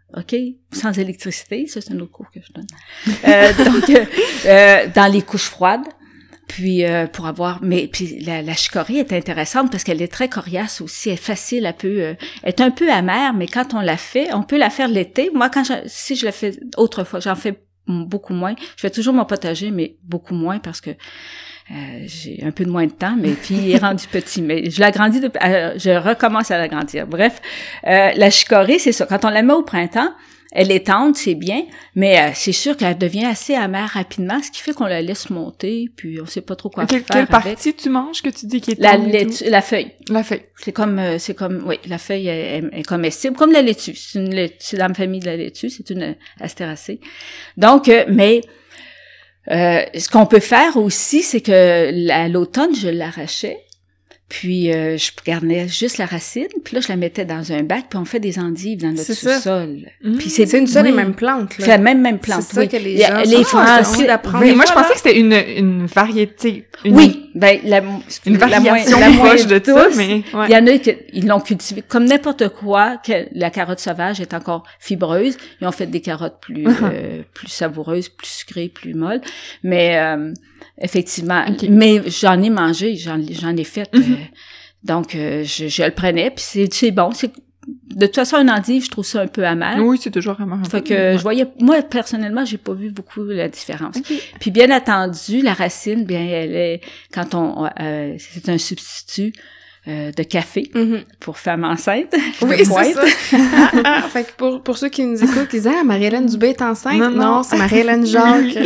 [SPEAKER 3] OK? Sans électricité, ça, c'est un autre cours que je donne. Euh, donc, euh, euh, dans les couches froides. Puis, euh, pour avoir... Mais puis la, la chicorée est intéressante parce qu'elle est très coriace aussi. Elle est facile, elle peut... Euh, elle est un peu amère, mais quand on la fait, on peut la faire l'été. Moi, quand je, si je la fais autrefois, j'en fais beaucoup moins. Je fais toujours mon potager, mais beaucoup moins parce que euh, j'ai un peu de moins de temps, mais puis il est rendu petit. Mais je l'agrandis, de, euh, je recommence à l'agrandir. Bref, euh, la chicorée, c'est ça. Quand on la met au printemps, elle est tendre, c'est bien, mais euh, c'est sûr qu'elle devient assez amère rapidement, ce qui fait qu'on la laisse monter, puis on sait pas trop quoi
[SPEAKER 2] Quelle,
[SPEAKER 3] faire
[SPEAKER 2] quelle
[SPEAKER 3] avec.
[SPEAKER 2] partie tu manges que tu dis qui est
[SPEAKER 3] La,
[SPEAKER 2] tendre et
[SPEAKER 3] laitue, la feuille.
[SPEAKER 2] La feuille.
[SPEAKER 3] C'est comme, euh, c'est comme, oui, la feuille est, est, est comestible, comme la laitue. C'est une laitue, c'est dans la famille de la laitue, c'est une astéracée. Donc, euh, mais euh, ce qu'on peut faire aussi, c'est que à l'automne, je l'arrachais. Puis, euh, je gardais juste la racine, puis là, je la mettais dans un bac, puis on fait des endives dans notre
[SPEAKER 1] C'est ça.
[SPEAKER 3] sous-sol.
[SPEAKER 2] Mmh.
[SPEAKER 3] Puis c'est,
[SPEAKER 1] C'est une seule
[SPEAKER 3] oui,
[SPEAKER 1] et même plante, là.
[SPEAKER 3] c'est la même, même plante,
[SPEAKER 1] C'est ça
[SPEAKER 3] oui.
[SPEAKER 1] que les
[SPEAKER 3] Il y a-
[SPEAKER 1] gens
[SPEAKER 3] les
[SPEAKER 1] sont- Ah, c'est
[SPEAKER 3] Français,
[SPEAKER 1] envie d'apprendre.
[SPEAKER 2] Mais
[SPEAKER 1] des
[SPEAKER 2] moi, je
[SPEAKER 1] fois,
[SPEAKER 2] pensais que c'était une, une variété. Une,
[SPEAKER 3] oui, ben, la,
[SPEAKER 2] Une
[SPEAKER 3] la
[SPEAKER 2] variation
[SPEAKER 3] moins- la
[SPEAKER 2] proche
[SPEAKER 3] moins
[SPEAKER 2] de ça,
[SPEAKER 3] tous,
[SPEAKER 2] mais... Ouais.
[SPEAKER 3] il y en a qui ils l'ont cultivé comme n'importe quoi, que la carotte sauvage est encore fibreuse. Ils ont fait des carottes plus euh, plus savoureuses, plus sucrées, plus molles. Mais euh, effectivement,
[SPEAKER 2] Okay.
[SPEAKER 3] mais j'en ai mangé, j'en j'en ai fait.
[SPEAKER 2] Mm-hmm.
[SPEAKER 3] euh, donc euh, je, je le prenais, puis c'est c'est bon. C'est de toute façon un endive, je trouve ça un peu amer.
[SPEAKER 2] Oui, c'est toujours amer.
[SPEAKER 3] Fait que je voyais, moi personnellement, j'ai pas vu beaucoup la différence.
[SPEAKER 2] Okay.
[SPEAKER 3] Puis bien entendu, la racine, bien elle est quand on, euh, c'est un substitut euh, de café
[SPEAKER 1] Mhm.
[SPEAKER 3] pour femme enceinte.
[SPEAKER 1] Oui,
[SPEAKER 3] de
[SPEAKER 1] c'est
[SPEAKER 3] pointe.
[SPEAKER 1] ça. Ah, ah, fait que pour, pour ceux qui nous écoutent, qui disent « Ah, Marie-Hélène Dubé est enceinte. »
[SPEAKER 2] Non,
[SPEAKER 1] Non,
[SPEAKER 2] non.
[SPEAKER 1] c'est Marie-Hélène Jacques.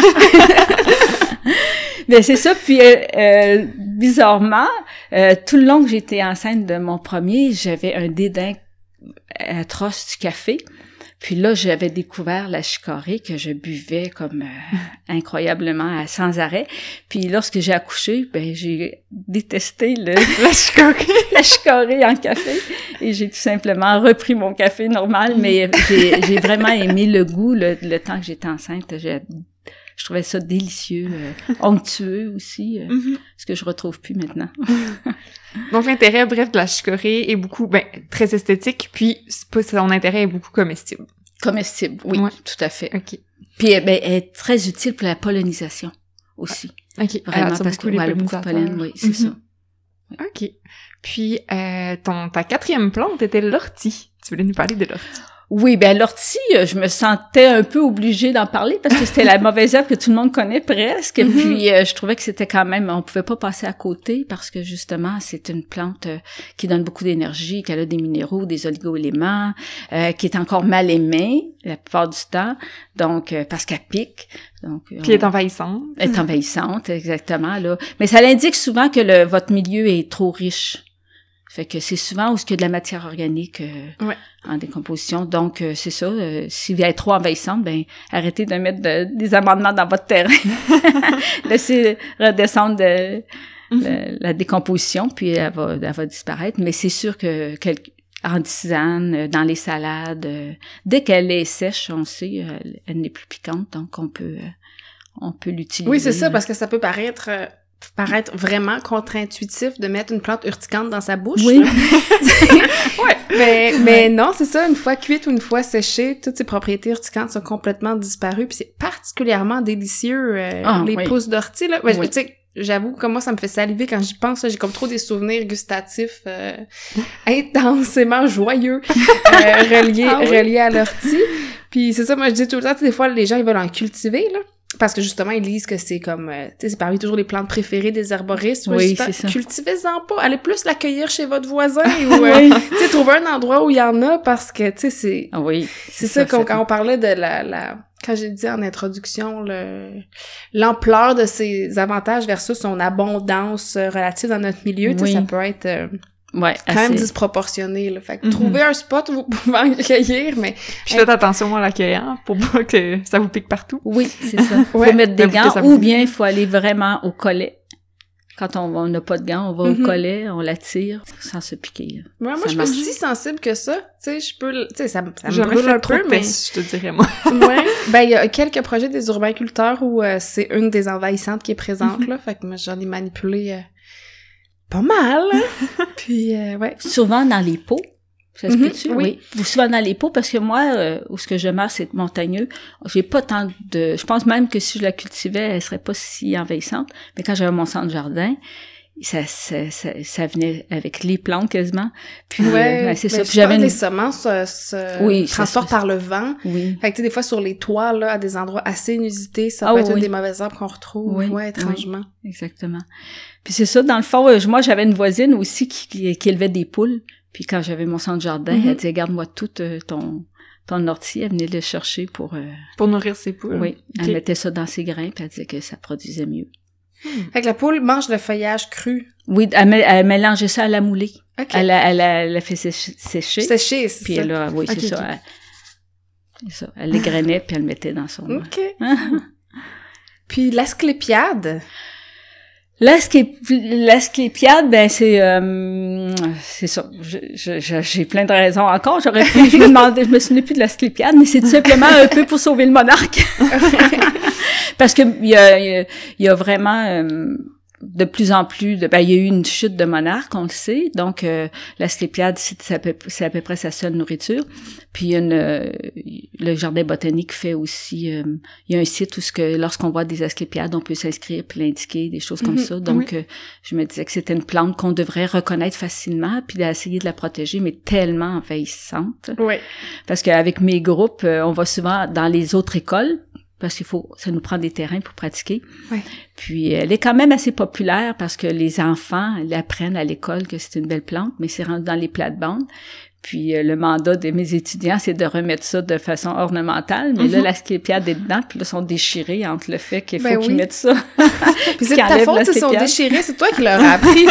[SPEAKER 3] Ben c'est ça. Puis euh, euh, bizarrement, euh, tout le long que j'étais enceinte de mon premier, j'avais un dédain atroce du café. Puis là, j'avais découvert la chicorée que je buvais comme euh, incroyablement à- sans arrêt. Puis lorsque j'ai accouché, ben j'ai détesté le
[SPEAKER 2] La chicorée.
[SPEAKER 3] la chicorée en café et j'ai tout simplement repris mon café normal. Mais j'ai j'ai vraiment aimé le goût le, le temps que j'étais enceinte. J'ai Je trouvais ça délicieux, euh, onctueux aussi, euh,
[SPEAKER 2] Mm-hmm.
[SPEAKER 3] ce que je retrouve plus maintenant.
[SPEAKER 2] Donc, l'intérêt, bref, de la chicorée est beaucoup, ben, très esthétique, puis c'est pas, son intérêt est beaucoup comestible.
[SPEAKER 3] Comestible, oui,
[SPEAKER 2] Ouais.
[SPEAKER 3] tout à fait.
[SPEAKER 2] OK.
[SPEAKER 3] Puis, eh ben, elle est très utile pour la pollinisation aussi.
[SPEAKER 2] OK.
[SPEAKER 3] Vraiment,
[SPEAKER 2] Alors,
[SPEAKER 3] parce
[SPEAKER 2] beaucoup
[SPEAKER 3] que
[SPEAKER 2] les
[SPEAKER 3] ouais, le beaucoup de
[SPEAKER 2] pollinisateurs.
[SPEAKER 3] pollen, oui, c'est
[SPEAKER 2] Mhm.
[SPEAKER 3] ça.
[SPEAKER 2] OK. Puis, euh, ton, ta quatrième plante était l'ortie. Tu voulais nous parler de l'ortie.
[SPEAKER 3] Oui, ben l'ortie, euh, je me sentais un peu obligée d'en parler parce que c'était la mauvaise herbe que tout le monde connaît presque.
[SPEAKER 1] Mhm.
[SPEAKER 3] Puis euh, je trouvais que c'était quand même, on pouvait pas passer à côté parce que justement c'est une plante euh, qui donne beaucoup d'énergie, qui a des minéraux, des oligo-éléments, euh, qui est encore mal aimée la plupart du temps, donc euh, parce qu'elle pique. Donc,
[SPEAKER 2] Puis, elle est envahissante.
[SPEAKER 3] elle est envahissante, exactement là. Mais ça l'indique souvent que le, votre milieu est trop riche. Fait que c'est souvent où il y a de la matière organique euh,
[SPEAKER 1] Ouais.
[SPEAKER 3] en décomposition. Donc, euh, c'est ça. Euh, si elle est trop envahissante, ben arrêtez de mettre de- des amendements dans votre terrain. Laissez redescendre de, de- la décomposition, puis elle va, elle va disparaître. Mais c'est sûr que quelque, en tisane, euh, dans les salades, euh, dès qu'elle est sèche, on sait, euh, elle, elle n'est plus piquante, donc on peut, euh, on peut l'utiliser.
[SPEAKER 1] Oui, c'est ça, parce que ça peut paraître... euh, paraître vraiment contre-intuitif de mettre une plante urticante dans sa bouche.
[SPEAKER 3] Oui.
[SPEAKER 1] Ouais. Mais, mais non, c'est ça, une fois cuite ou une fois séchée, toutes ces propriétés urticantes sont complètement disparues, puis c'est particulièrement délicieux, euh,
[SPEAKER 3] Ah,
[SPEAKER 1] les
[SPEAKER 3] oui.
[SPEAKER 1] pousses d'ortie, là. Ouais,
[SPEAKER 3] Oui.
[SPEAKER 1] tu sais, j'avoue que moi, ça me fait saliver quand j'y pense, là. J'ai comme trop des souvenirs gustatifs euh, intensément joyeux euh, reliés,
[SPEAKER 3] Ah oui?
[SPEAKER 1] reliés à l'ortie. Puis c'est ça, moi, je dis tout le temps, tu sais, des fois, les gens, ils veulent en cultiver, là. Parce que justement, ils lisent que c'est comme, euh, tu sais, c'est parmi toujours les plantes préférées des herboristes. Moi,
[SPEAKER 3] Oui,
[SPEAKER 1] je dis,
[SPEAKER 3] c'est ça.
[SPEAKER 1] cultivez-en pas. Allez plus l'accueillir chez votre voisin ou, euh, tu sais, trouver un endroit où il y en a parce que, tu sais, c'est...
[SPEAKER 3] Ah oui.
[SPEAKER 1] C'est ça, quand, quand on parlait de la... la quand j'ai dit en introduction, le l'ampleur de ses avantages versus son abondance euh, relative dans notre milieu, tu sais,
[SPEAKER 3] Oui.
[SPEAKER 1] ça peut être... euh,
[SPEAKER 3] Ouais,
[SPEAKER 1] quand même
[SPEAKER 3] assez.
[SPEAKER 1] disproportionné, là. Fait que
[SPEAKER 2] Mhm.
[SPEAKER 1] trouver un spot où vous pouvez en cueillir, mais...
[SPEAKER 2] Puis, faites attention à l'accueillant pour pas que ça vous pique partout.
[SPEAKER 3] Oui, c'est ça. Faut
[SPEAKER 1] Ouais.
[SPEAKER 3] mettre des
[SPEAKER 2] Faut que
[SPEAKER 3] gants
[SPEAKER 2] ça
[SPEAKER 3] ou
[SPEAKER 2] vous-
[SPEAKER 3] bien il faut aller vraiment au collet. Quand on on n'a pas de gants, on va
[SPEAKER 1] Mhm.
[SPEAKER 3] au collet, on la tire sans se piquer.
[SPEAKER 1] Ouais, moi,
[SPEAKER 3] Ça
[SPEAKER 1] je suis
[SPEAKER 3] marche.
[SPEAKER 1] pas si sensible que ça. Tu sais, je peux... le- Tu sais, ça, ça me
[SPEAKER 2] J'aurais
[SPEAKER 1] brûle
[SPEAKER 2] fait
[SPEAKER 1] un
[SPEAKER 2] trop
[SPEAKER 1] peu,
[SPEAKER 2] de
[SPEAKER 1] mais...
[SPEAKER 2] tests, je te dirais, moi.
[SPEAKER 1] Ouais. Ben, il y a quelques projets des urbainculteurs où euh, c'est une des envahissantes qui est présente, là. Fait que moi, j'en ai manipulé euh, pas mal. Puis, euh, ouais.
[SPEAKER 3] Souvent dans les pots, Ça se
[SPEAKER 1] Mm-hmm,
[SPEAKER 3] peut-tu?
[SPEAKER 1] oui.
[SPEAKER 3] oui. Ou souvent dans les pots, parce que moi, euh, où ce que je demeure, c'est montagneux. J'ai pas tant de... Je pense même que si je la cultivais, elle serait pas si envahissante. Mais quand j'avais mon centre jardin, ça, ça, ça, ça venait avec les plantes quasiment. Puis,
[SPEAKER 1] ouais,
[SPEAKER 3] euh, ben, c'est ça.
[SPEAKER 1] Mais
[SPEAKER 3] Puis j'avais une...
[SPEAKER 1] les semences euh, se
[SPEAKER 3] oui,
[SPEAKER 1] transportent
[SPEAKER 3] ça,
[SPEAKER 1] par le vent.
[SPEAKER 3] Oui.
[SPEAKER 1] Fait que, tu sais, des fois, sur les toits, là, à des endroits assez inusités, ça
[SPEAKER 3] ah,
[SPEAKER 1] peut être
[SPEAKER 3] oui.
[SPEAKER 1] une des mauvaises herbes qu'on retrouve.
[SPEAKER 3] Oui,
[SPEAKER 1] ouais, étrangement.
[SPEAKER 3] Oui, exactement. Puis c'est ça, dans le fond, euh, moi, j'avais une voisine aussi qui, qui, qui élevait des poules. Puis quand j'avais mon centre jardin, mm-hmm. elle disait, garde-moi tout euh, ton, ton ortie. Elle venait le chercher pour... Euh...
[SPEAKER 2] Pour nourrir ses poules.
[SPEAKER 3] Oui.
[SPEAKER 2] Okay.
[SPEAKER 3] Elle mettait ça dans ses grains, puis elle disait que ça produisait mieux.
[SPEAKER 1] Hmm. Fait que la poule mange le feuillage cru.
[SPEAKER 3] Oui, elle, elle mélangeait ça à la moulée.
[SPEAKER 1] Okay.
[SPEAKER 3] Elle, elle, elle, elle fait sécher.
[SPEAKER 1] Sécher, c'est
[SPEAKER 3] puis
[SPEAKER 1] ça.
[SPEAKER 3] Elle a, oui,
[SPEAKER 1] okay,
[SPEAKER 3] c'est
[SPEAKER 1] okay.
[SPEAKER 3] ça. Elle, c'est ça. Elle les grainait, puis elle le mettait dans son...
[SPEAKER 1] OK. Puis l'asclépiade...
[SPEAKER 3] L'asclépiade, ben c'est euh, c'est ça. Je, je, j'ai plein de raisons encore. J'aurais pu, je me demandais, je me souvenais plus de l'asclépiade, mais c'est tout simplement un peu pour sauver le monarque. Parce que il y a, il y a vraiment euh, de plus en plus de, ben il y a eu une chute de monarques, on le sait. Donc euh, l'asclépiade, c'est, c'est, à peu, c'est à peu près sa seule nourriture. Puis il y a une, euh, le jardin botanique fait aussi, euh, il y a un site où ce que lorsqu'on voit des asclépiades, on peut s'inscrire puis l'indiquer, des choses comme mm-hmm, ça. Donc oui. euh, je me disais que c'était une plante qu'on devrait reconnaître facilement, puis d'essayer de la protéger, mais tellement envahissante.
[SPEAKER 1] Oui.
[SPEAKER 3] Parce qu'avec mes groupes, euh, on va souvent dans les autres écoles. Parce qu'il faut, ça nous prend des terrains pour pratiquer.
[SPEAKER 1] Ouais.
[SPEAKER 3] Puis elle est quand même assez populaire parce que les enfants, ils apprennent à l'école que c'est une belle plante, mais c'est rendu dans les plates-bandes. Puis euh, le mandat de mes étudiants, c'est de remettre ça de façon ornementale. Mais mm-hmm. là, l'asclépiade est dedans, puis là, ils sont déchirés entre le fait qu'il faut ben qu'ils oui. mettent ça.
[SPEAKER 1] Puis c'est de ta faute, ils sont déchirés, c'est toi qui leur as appris.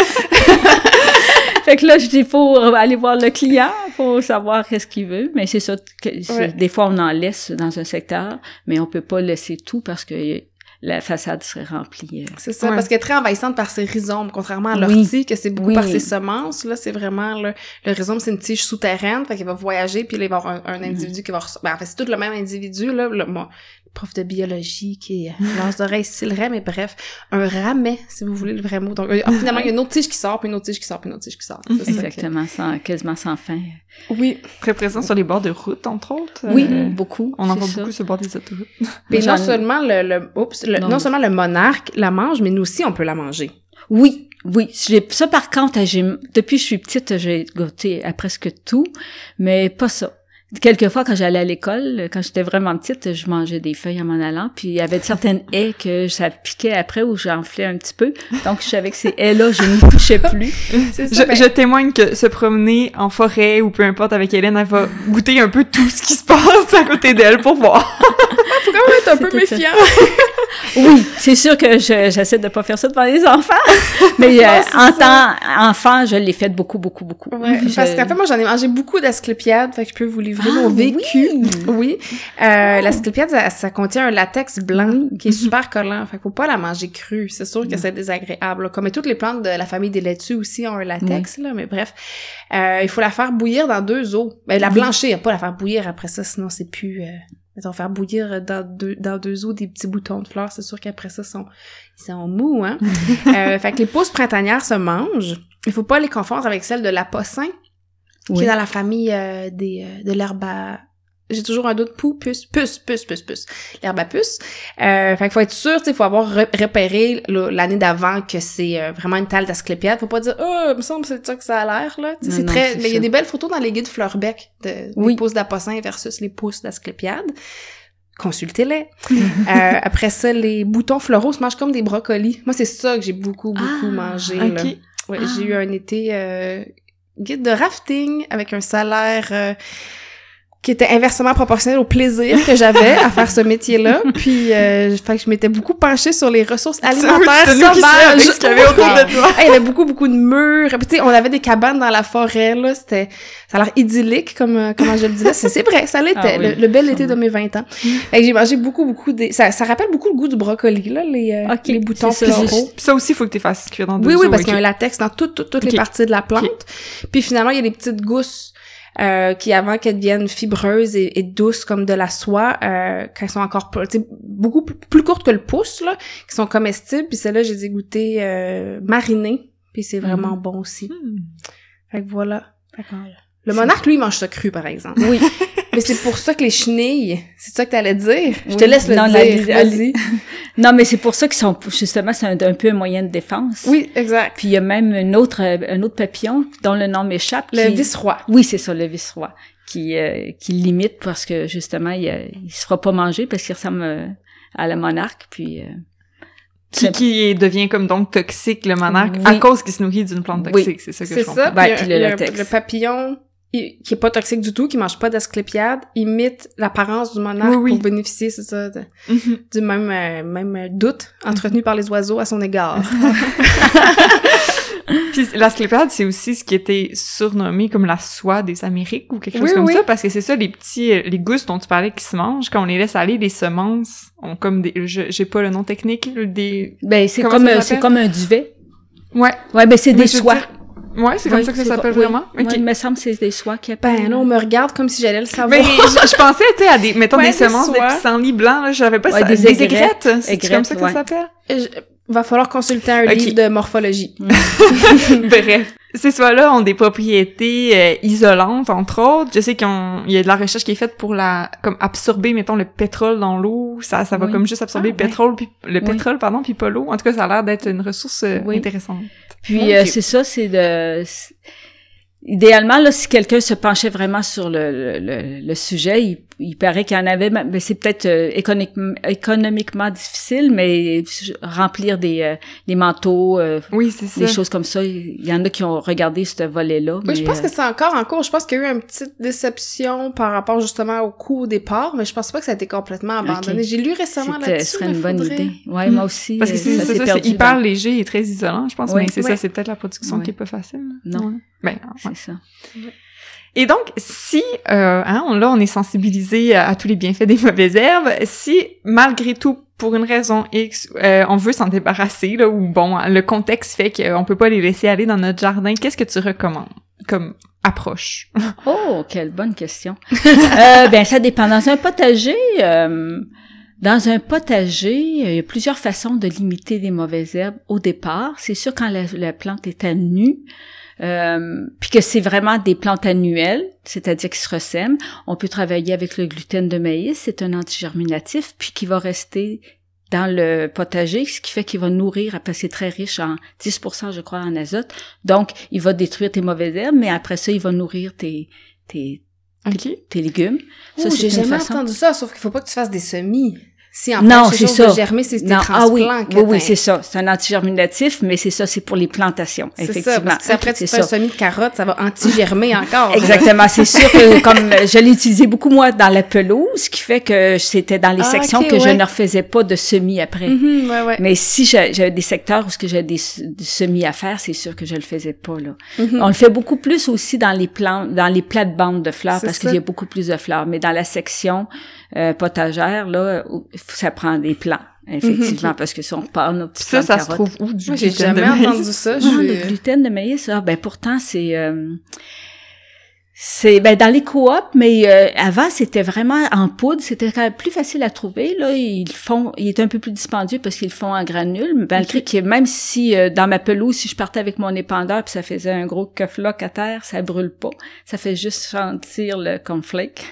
[SPEAKER 3] Fait que là, je dis, faut aller voir le client, faut savoir qu'est-ce qu'il veut. Mais c'est ça, que, c'est, ouais. des fois, on en laisse dans un secteur, mais on peut pas laisser tout parce que la façade serait remplie. Euh.
[SPEAKER 1] C'est ça,
[SPEAKER 3] ouais.
[SPEAKER 1] parce qu'elle est très envahissante par ses rhizomes, contrairement à l'ortie, oui. que c'est beaucoup oui. par ses semences. Là, c'est vraiment, là, le rhizome, c'est une tige souterraine, fait qu'il va voyager, puis là, il va y avoir un, un individu mm. qui va... Re... Ben, en fait, c'est tout le même individu, là, le, mon prof de biologie qui lance d'oreilles cillerait, mais bref, un ramet, si vous voulez le vrai mot. Donc, euh, finalement, il y a une autre tige qui sort, puis une autre tige qui sort, puis une autre tige qui sort.
[SPEAKER 3] C'est exactement, ça, sans, quasiment sans fin.
[SPEAKER 1] Oui.
[SPEAKER 2] Très présent sur les bords de route, entre autres.
[SPEAKER 3] Oui,
[SPEAKER 2] euh,
[SPEAKER 3] beaucoup.
[SPEAKER 2] On en voit
[SPEAKER 3] ça.
[SPEAKER 2] beaucoup sur le bord des autoroutes.
[SPEAKER 1] Mais non seulement le, le, oups, le non, non seulement le monarque la mange, mais nous aussi, on peut la manger.
[SPEAKER 3] Oui, oui. J'ai, ça, par contre, j'ai, depuis que je suis petite, j'ai goûté à presque tout, mais pas ça. Quelquefois, quand j'allais à l'école, quand j'étais vraiment petite, je mangeais des feuilles en m'en allant, puis il y avait certaines haies que ça piquait après ou j'enflais un petit peu. Donc, je savais que ces haies-là, je n'y touchais plus.
[SPEAKER 2] C'est ça, je, ben... je témoigne que se promener en forêt ou peu importe avec Hélène, elle va goûter un peu tout ce qui se passe à côté d'elle pour voir.
[SPEAKER 1] Faut quand même être un peu méfiant.
[SPEAKER 3] Oui, c'est sûr que je, j'essaie de pas faire ça devant les enfants, mais non, euh, en tant enfant, je l'ai fait beaucoup, beaucoup, beaucoup.
[SPEAKER 1] Ouais, je... Parce qu'en fait, moi, j'en ai mangé beaucoup d'asclépiades, fait que je peux vous livrer ah, mon vécu. Oui, oui. Euh, oh. L'asclépiade, ça, ça contient un latex blanc qui est super collant, fait qu'il faut pas la manger crue. C'est sûr que c'est désagréable, là. Comme toutes les plantes de la famille des laitues aussi ont un latex, oui. là, mais bref. Euh, il faut la faire bouillir dans deux eaux. Ben, la blanchir, pas la faire bouillir après ça, sinon c'est plus... Euh... Mettons, faire bouillir dans deux, dans deux eaux des petits boutons de fleurs, c'est sûr qu'après ça, sont, ils sont mous, hein. euh, fait que les pousses printanières se mangent. Il faut pas les confondre avec celles de l'apocin, oui. qui est dans la famille euh, des euh, de l'herbe à... J'ai toujours un doute, pou, puce, puce, puce, puce, puce. L'herbe à puce. Euh, fait qu'il faut être sûr, tu sais, il faut avoir repéré là, l'année d'avant que c'est euh, vraiment une talle d'asclépiade. Faut pas dire, oh, il me semble que c'est ça que ça a l'air, là. Tu sais, c'est non, très, c'est mais il y a des belles photos dans les guides Fleurbec de, oui. des pousses d'apocin versus les pousses d'asclépiade. Consultez-les. euh, après ça, les boutons floraux se mangent comme des brocolis. Moi, c'est ça que j'ai beaucoup, beaucoup ah, mangé, okay. là. Ouais, ah. J'ai eu un été, euh, guide de rafting avec un salaire, euh, qui était inversement proportionnel au plaisir que j'avais à faire ce métier-là. Puis, euh, fait que je m'étais beaucoup penchée sur les ressources alimentaires sauvages.
[SPEAKER 2] Ce qu'il y avait autour de toi.
[SPEAKER 1] Il y avait beaucoup, beaucoup de murs. Puis, tu sais, on avait des cabanes dans la forêt, là. C'était, ça a l'air idyllique, comme, comment je le disais. C'est, c'est vrai, ça l'était. Ah, oui. le, le bel été de mes vingt ans. Fait que j'ai mangé beaucoup, beaucoup de, ça, ça rappelle beaucoup le goût du brocoli, là, les, euh, okay, les boutons floraux.
[SPEAKER 2] Puis ça aussi, il faut que tu fasses cuire dans deux
[SPEAKER 1] Oui, oui,
[SPEAKER 2] eaux,
[SPEAKER 1] parce
[SPEAKER 2] okay.
[SPEAKER 1] qu'il y a un latex dans toutes, toutes, toutes okay. les parties de la plante. Okay. Puis finalement, il y a des petites gousses Euh, qui avant qu'elles deviennent fibreuses et, et douces comme de la soie, euh, quand elles sont encore beaucoup plus, plus courtes que le pouce, là, qui sont comestibles, puis celles-là, j'ai goûté euh, marinées, puis c'est vraiment mmh. bon aussi. Mmh. Fait que voilà. Fait que, Le monarque, lui, il mange ça cru, par exemple.
[SPEAKER 3] Oui.
[SPEAKER 1] Mais c'est pour ça que les chenilles, c'est ça que t'allais dire? Je
[SPEAKER 3] Oui.
[SPEAKER 1] te laisse le
[SPEAKER 3] non,
[SPEAKER 1] dire,
[SPEAKER 3] la,
[SPEAKER 1] vas-y.
[SPEAKER 3] Non, mais c'est pour ça qu'ils sont, justement, c'est un, un peu un moyen de défense.
[SPEAKER 1] Oui, exact.
[SPEAKER 3] Puis il y a même un autre, un autre papillon dont le nom m'échappe.
[SPEAKER 1] Le
[SPEAKER 3] qui...
[SPEAKER 1] vice-roi.
[SPEAKER 3] Oui, c'est ça, le vice-roi. Qui, euh, qui limite parce que, justement, il, euh, il se fera pas manger parce qu'il ressemble euh, à la monarque, puis... Euh,
[SPEAKER 2] Qui, qui devient comme donc toxique, le monarque,
[SPEAKER 3] oui.
[SPEAKER 2] à cause qu'il se nourrit d'une plante toxique, oui. c'est ça que
[SPEAKER 1] c'est
[SPEAKER 2] je comprends.
[SPEAKER 1] Ça,
[SPEAKER 3] ben,
[SPEAKER 1] puis
[SPEAKER 3] le,
[SPEAKER 1] le,
[SPEAKER 3] le,
[SPEAKER 1] le papillon, il, qui est pas toxique du tout, qui mange pas d'asclépiade, imite l'apparence du monarque oui, oui. pour bénéficier, c'est ça, de, mm-hmm. du même, euh, même doute entretenu mm-hmm. par les oiseaux à son égard.
[SPEAKER 2] Puis l'asclépiade, c'est aussi ce qui était surnommé comme la soie des Amériques ou quelque chose
[SPEAKER 1] oui,
[SPEAKER 2] comme
[SPEAKER 1] oui.
[SPEAKER 2] ça, parce que c'est ça, les petits, les gousses dont tu parlais qui se mangent, quand on les laisse aller, les semences ont comme des, je, j'ai pas le nom technique, des...
[SPEAKER 3] Ben, c'est comme, euh, c'est comme un duvet.
[SPEAKER 2] Ouais.
[SPEAKER 3] Ouais, ben, c'est
[SPEAKER 2] oui,
[SPEAKER 3] des soies.
[SPEAKER 2] Ouais, c'est comme ouais, ça que ça s'appelle
[SPEAKER 3] oui.
[SPEAKER 2] vraiment.
[SPEAKER 3] Okay.
[SPEAKER 2] Ouais,
[SPEAKER 3] il me semble que c'est des soies qui appellent.
[SPEAKER 1] Ben, là, on me regarde comme si j'allais le savoir.
[SPEAKER 2] Mais je, je pensais, tu sais, à des, mettons,
[SPEAKER 1] ouais,
[SPEAKER 2] des semences de pissenlit blanc, là, j'avais pas
[SPEAKER 3] ouais,
[SPEAKER 2] ça.
[SPEAKER 3] Des,
[SPEAKER 2] des
[SPEAKER 3] aigrettes.
[SPEAKER 2] aigrettes. C'est
[SPEAKER 3] aigrettes,
[SPEAKER 2] comme ça que
[SPEAKER 3] ouais.
[SPEAKER 2] ça s'appelle?
[SPEAKER 1] Je... Va falloir consulter un okay. livre de morphologie.
[SPEAKER 2] Bref. Ces soies-là ont des propriétés euh, isolantes, entre autres. Je sais qu'il y a de la recherche qui est faite pour la, comme absorber, mettons, le pétrole dans l'eau. Ça, ça va oui. comme juste absorber ah, le pétrole, ouais. puis le pétrole, oui. pardon, puis pas l'eau. En tout cas, ça a l'air d'être une ressource euh, oui. intéressante.
[SPEAKER 3] Puis okay. euh, c'est ça, c'est de... C'est... Idéalement, là, si quelqu'un se penchait vraiment sur le, le, le, le sujet, il, il paraît qu'il y en avait, mais c'est peut-être euh, économiquement, économiquement difficile, mais remplir des euh, les manteaux, euh,
[SPEAKER 2] oui, c'est ça.
[SPEAKER 3] des choses comme ça, il y en a qui ont regardé ce volet-là.
[SPEAKER 1] Oui,
[SPEAKER 3] mais,
[SPEAKER 1] je pense
[SPEAKER 3] euh...
[SPEAKER 1] que c'est encore en cours. Je pense qu'il y a eu une petite déception par rapport justement au coût au départ, mais je pense pas que ça a été complètement abandonné. Okay. J'ai lu récemment
[SPEAKER 3] C'était,
[SPEAKER 1] là-dessus.
[SPEAKER 3] Ce serait une bonne
[SPEAKER 1] faudrait...
[SPEAKER 3] idée. Ouais, mmh. moi aussi.
[SPEAKER 2] Parce que c'est,
[SPEAKER 3] ça,
[SPEAKER 2] c'est, ça, c'est hyper dans... léger et très isolant, je pense, oui. mais c'est oui. ça, c'est peut-être la production oui. qui est pas facile.
[SPEAKER 3] Non.
[SPEAKER 2] Ouais. Ben,
[SPEAKER 3] c'est ouais. ça.
[SPEAKER 2] Et donc, si, euh, hein, on, là, on est sensibilisé à, à tous les bienfaits des mauvaises herbes, si, malgré tout, pour une raison X, euh, on veut s'en débarrasser, là, ou bon, le contexte fait qu'on peut pas les laisser aller dans notre jardin, qu'est-ce que tu recommandes comme approche?
[SPEAKER 3] Oh, quelle bonne question. euh, ben, ça dépend. Dans un potager, euh, dans un potager, il y a plusieurs façons de limiter les mauvaises herbes au départ. C'est sûr, quand la, la plante est à nu, Euh, puis que c'est vraiment des plantes annuelles, c'est-à-dire qui se ressèment. On peut travailler avec le gluten de maïs, c'est un antigerminatif, puis qui va rester dans le potager, ce qui fait qu'il va nourrir, parce que c'est très riche en dix pour cent, je crois, en azote. Donc, il va détruire tes mauvaises herbes, mais après ça, il va nourrir tes tes,
[SPEAKER 2] okay.
[SPEAKER 3] tes, tes légumes.
[SPEAKER 1] Ça, Ouh, c'est j'ai une jamais façon. entendu ça, sauf qu'il faut pas que tu fasses des semis. Si en
[SPEAKER 3] non,
[SPEAKER 1] c'est
[SPEAKER 3] c'est ça.
[SPEAKER 1] De germer, c'est des
[SPEAKER 3] non,
[SPEAKER 1] transplants.
[SPEAKER 3] Ah oui,
[SPEAKER 1] que
[SPEAKER 3] oui, oui, c'est ça. C'est un antigerminatif, mais c'est ça, c'est pour les plantations,
[SPEAKER 1] c'est
[SPEAKER 3] effectivement.
[SPEAKER 1] Ça, parce que après, tu fais un semis de carottes, ça va anti-germer encore.
[SPEAKER 3] Exactement. C'est sûr que, comme je l'ai utilisé beaucoup, moi, dans la pelouse, ce qui fait que c'était dans les ah, sections okay, que ouais. je ne refaisais pas de semis après.
[SPEAKER 1] Mm-hmm, ouais, ouais.
[SPEAKER 3] Mais si j'avais des secteurs où ce que j'avais des, des semis à faire, c'est sûr que je le faisais pas, là.
[SPEAKER 1] Mm-hmm.
[SPEAKER 3] On le fait beaucoup plus aussi dans les plantes, dans les plates-bandes de fleurs,
[SPEAKER 1] c'est
[SPEAKER 3] parce
[SPEAKER 1] ça.
[SPEAKER 3] qu'il y a beaucoup plus de fleurs. Mais dans la section euh, potagère, là, ça prend des plants. Effectivement, mm-hmm. parce que si on repart nos petits
[SPEAKER 2] ça, ça
[SPEAKER 3] se
[SPEAKER 2] trouve où du
[SPEAKER 1] Moi, j'ai
[SPEAKER 2] gluten
[SPEAKER 1] jamais
[SPEAKER 2] de maïs?
[SPEAKER 1] entendu ça.
[SPEAKER 3] Non,
[SPEAKER 1] je...
[SPEAKER 3] le gluten de maïs, ah, ben pourtant c'est euh, c'est ben dans les coops, mais euh, avant c'était vraiment en poudre, c'était quand même plus facile à trouver. Là, ils font, il est un peu plus dispendieux parce qu'ils le font en granules, mais malgré okay. que même si euh, dans ma pelouse, si je partais avec mon épandeur puis ça faisait un gros coffloc à terre, ça brûle pas, ça fait juste sentir le cornflake.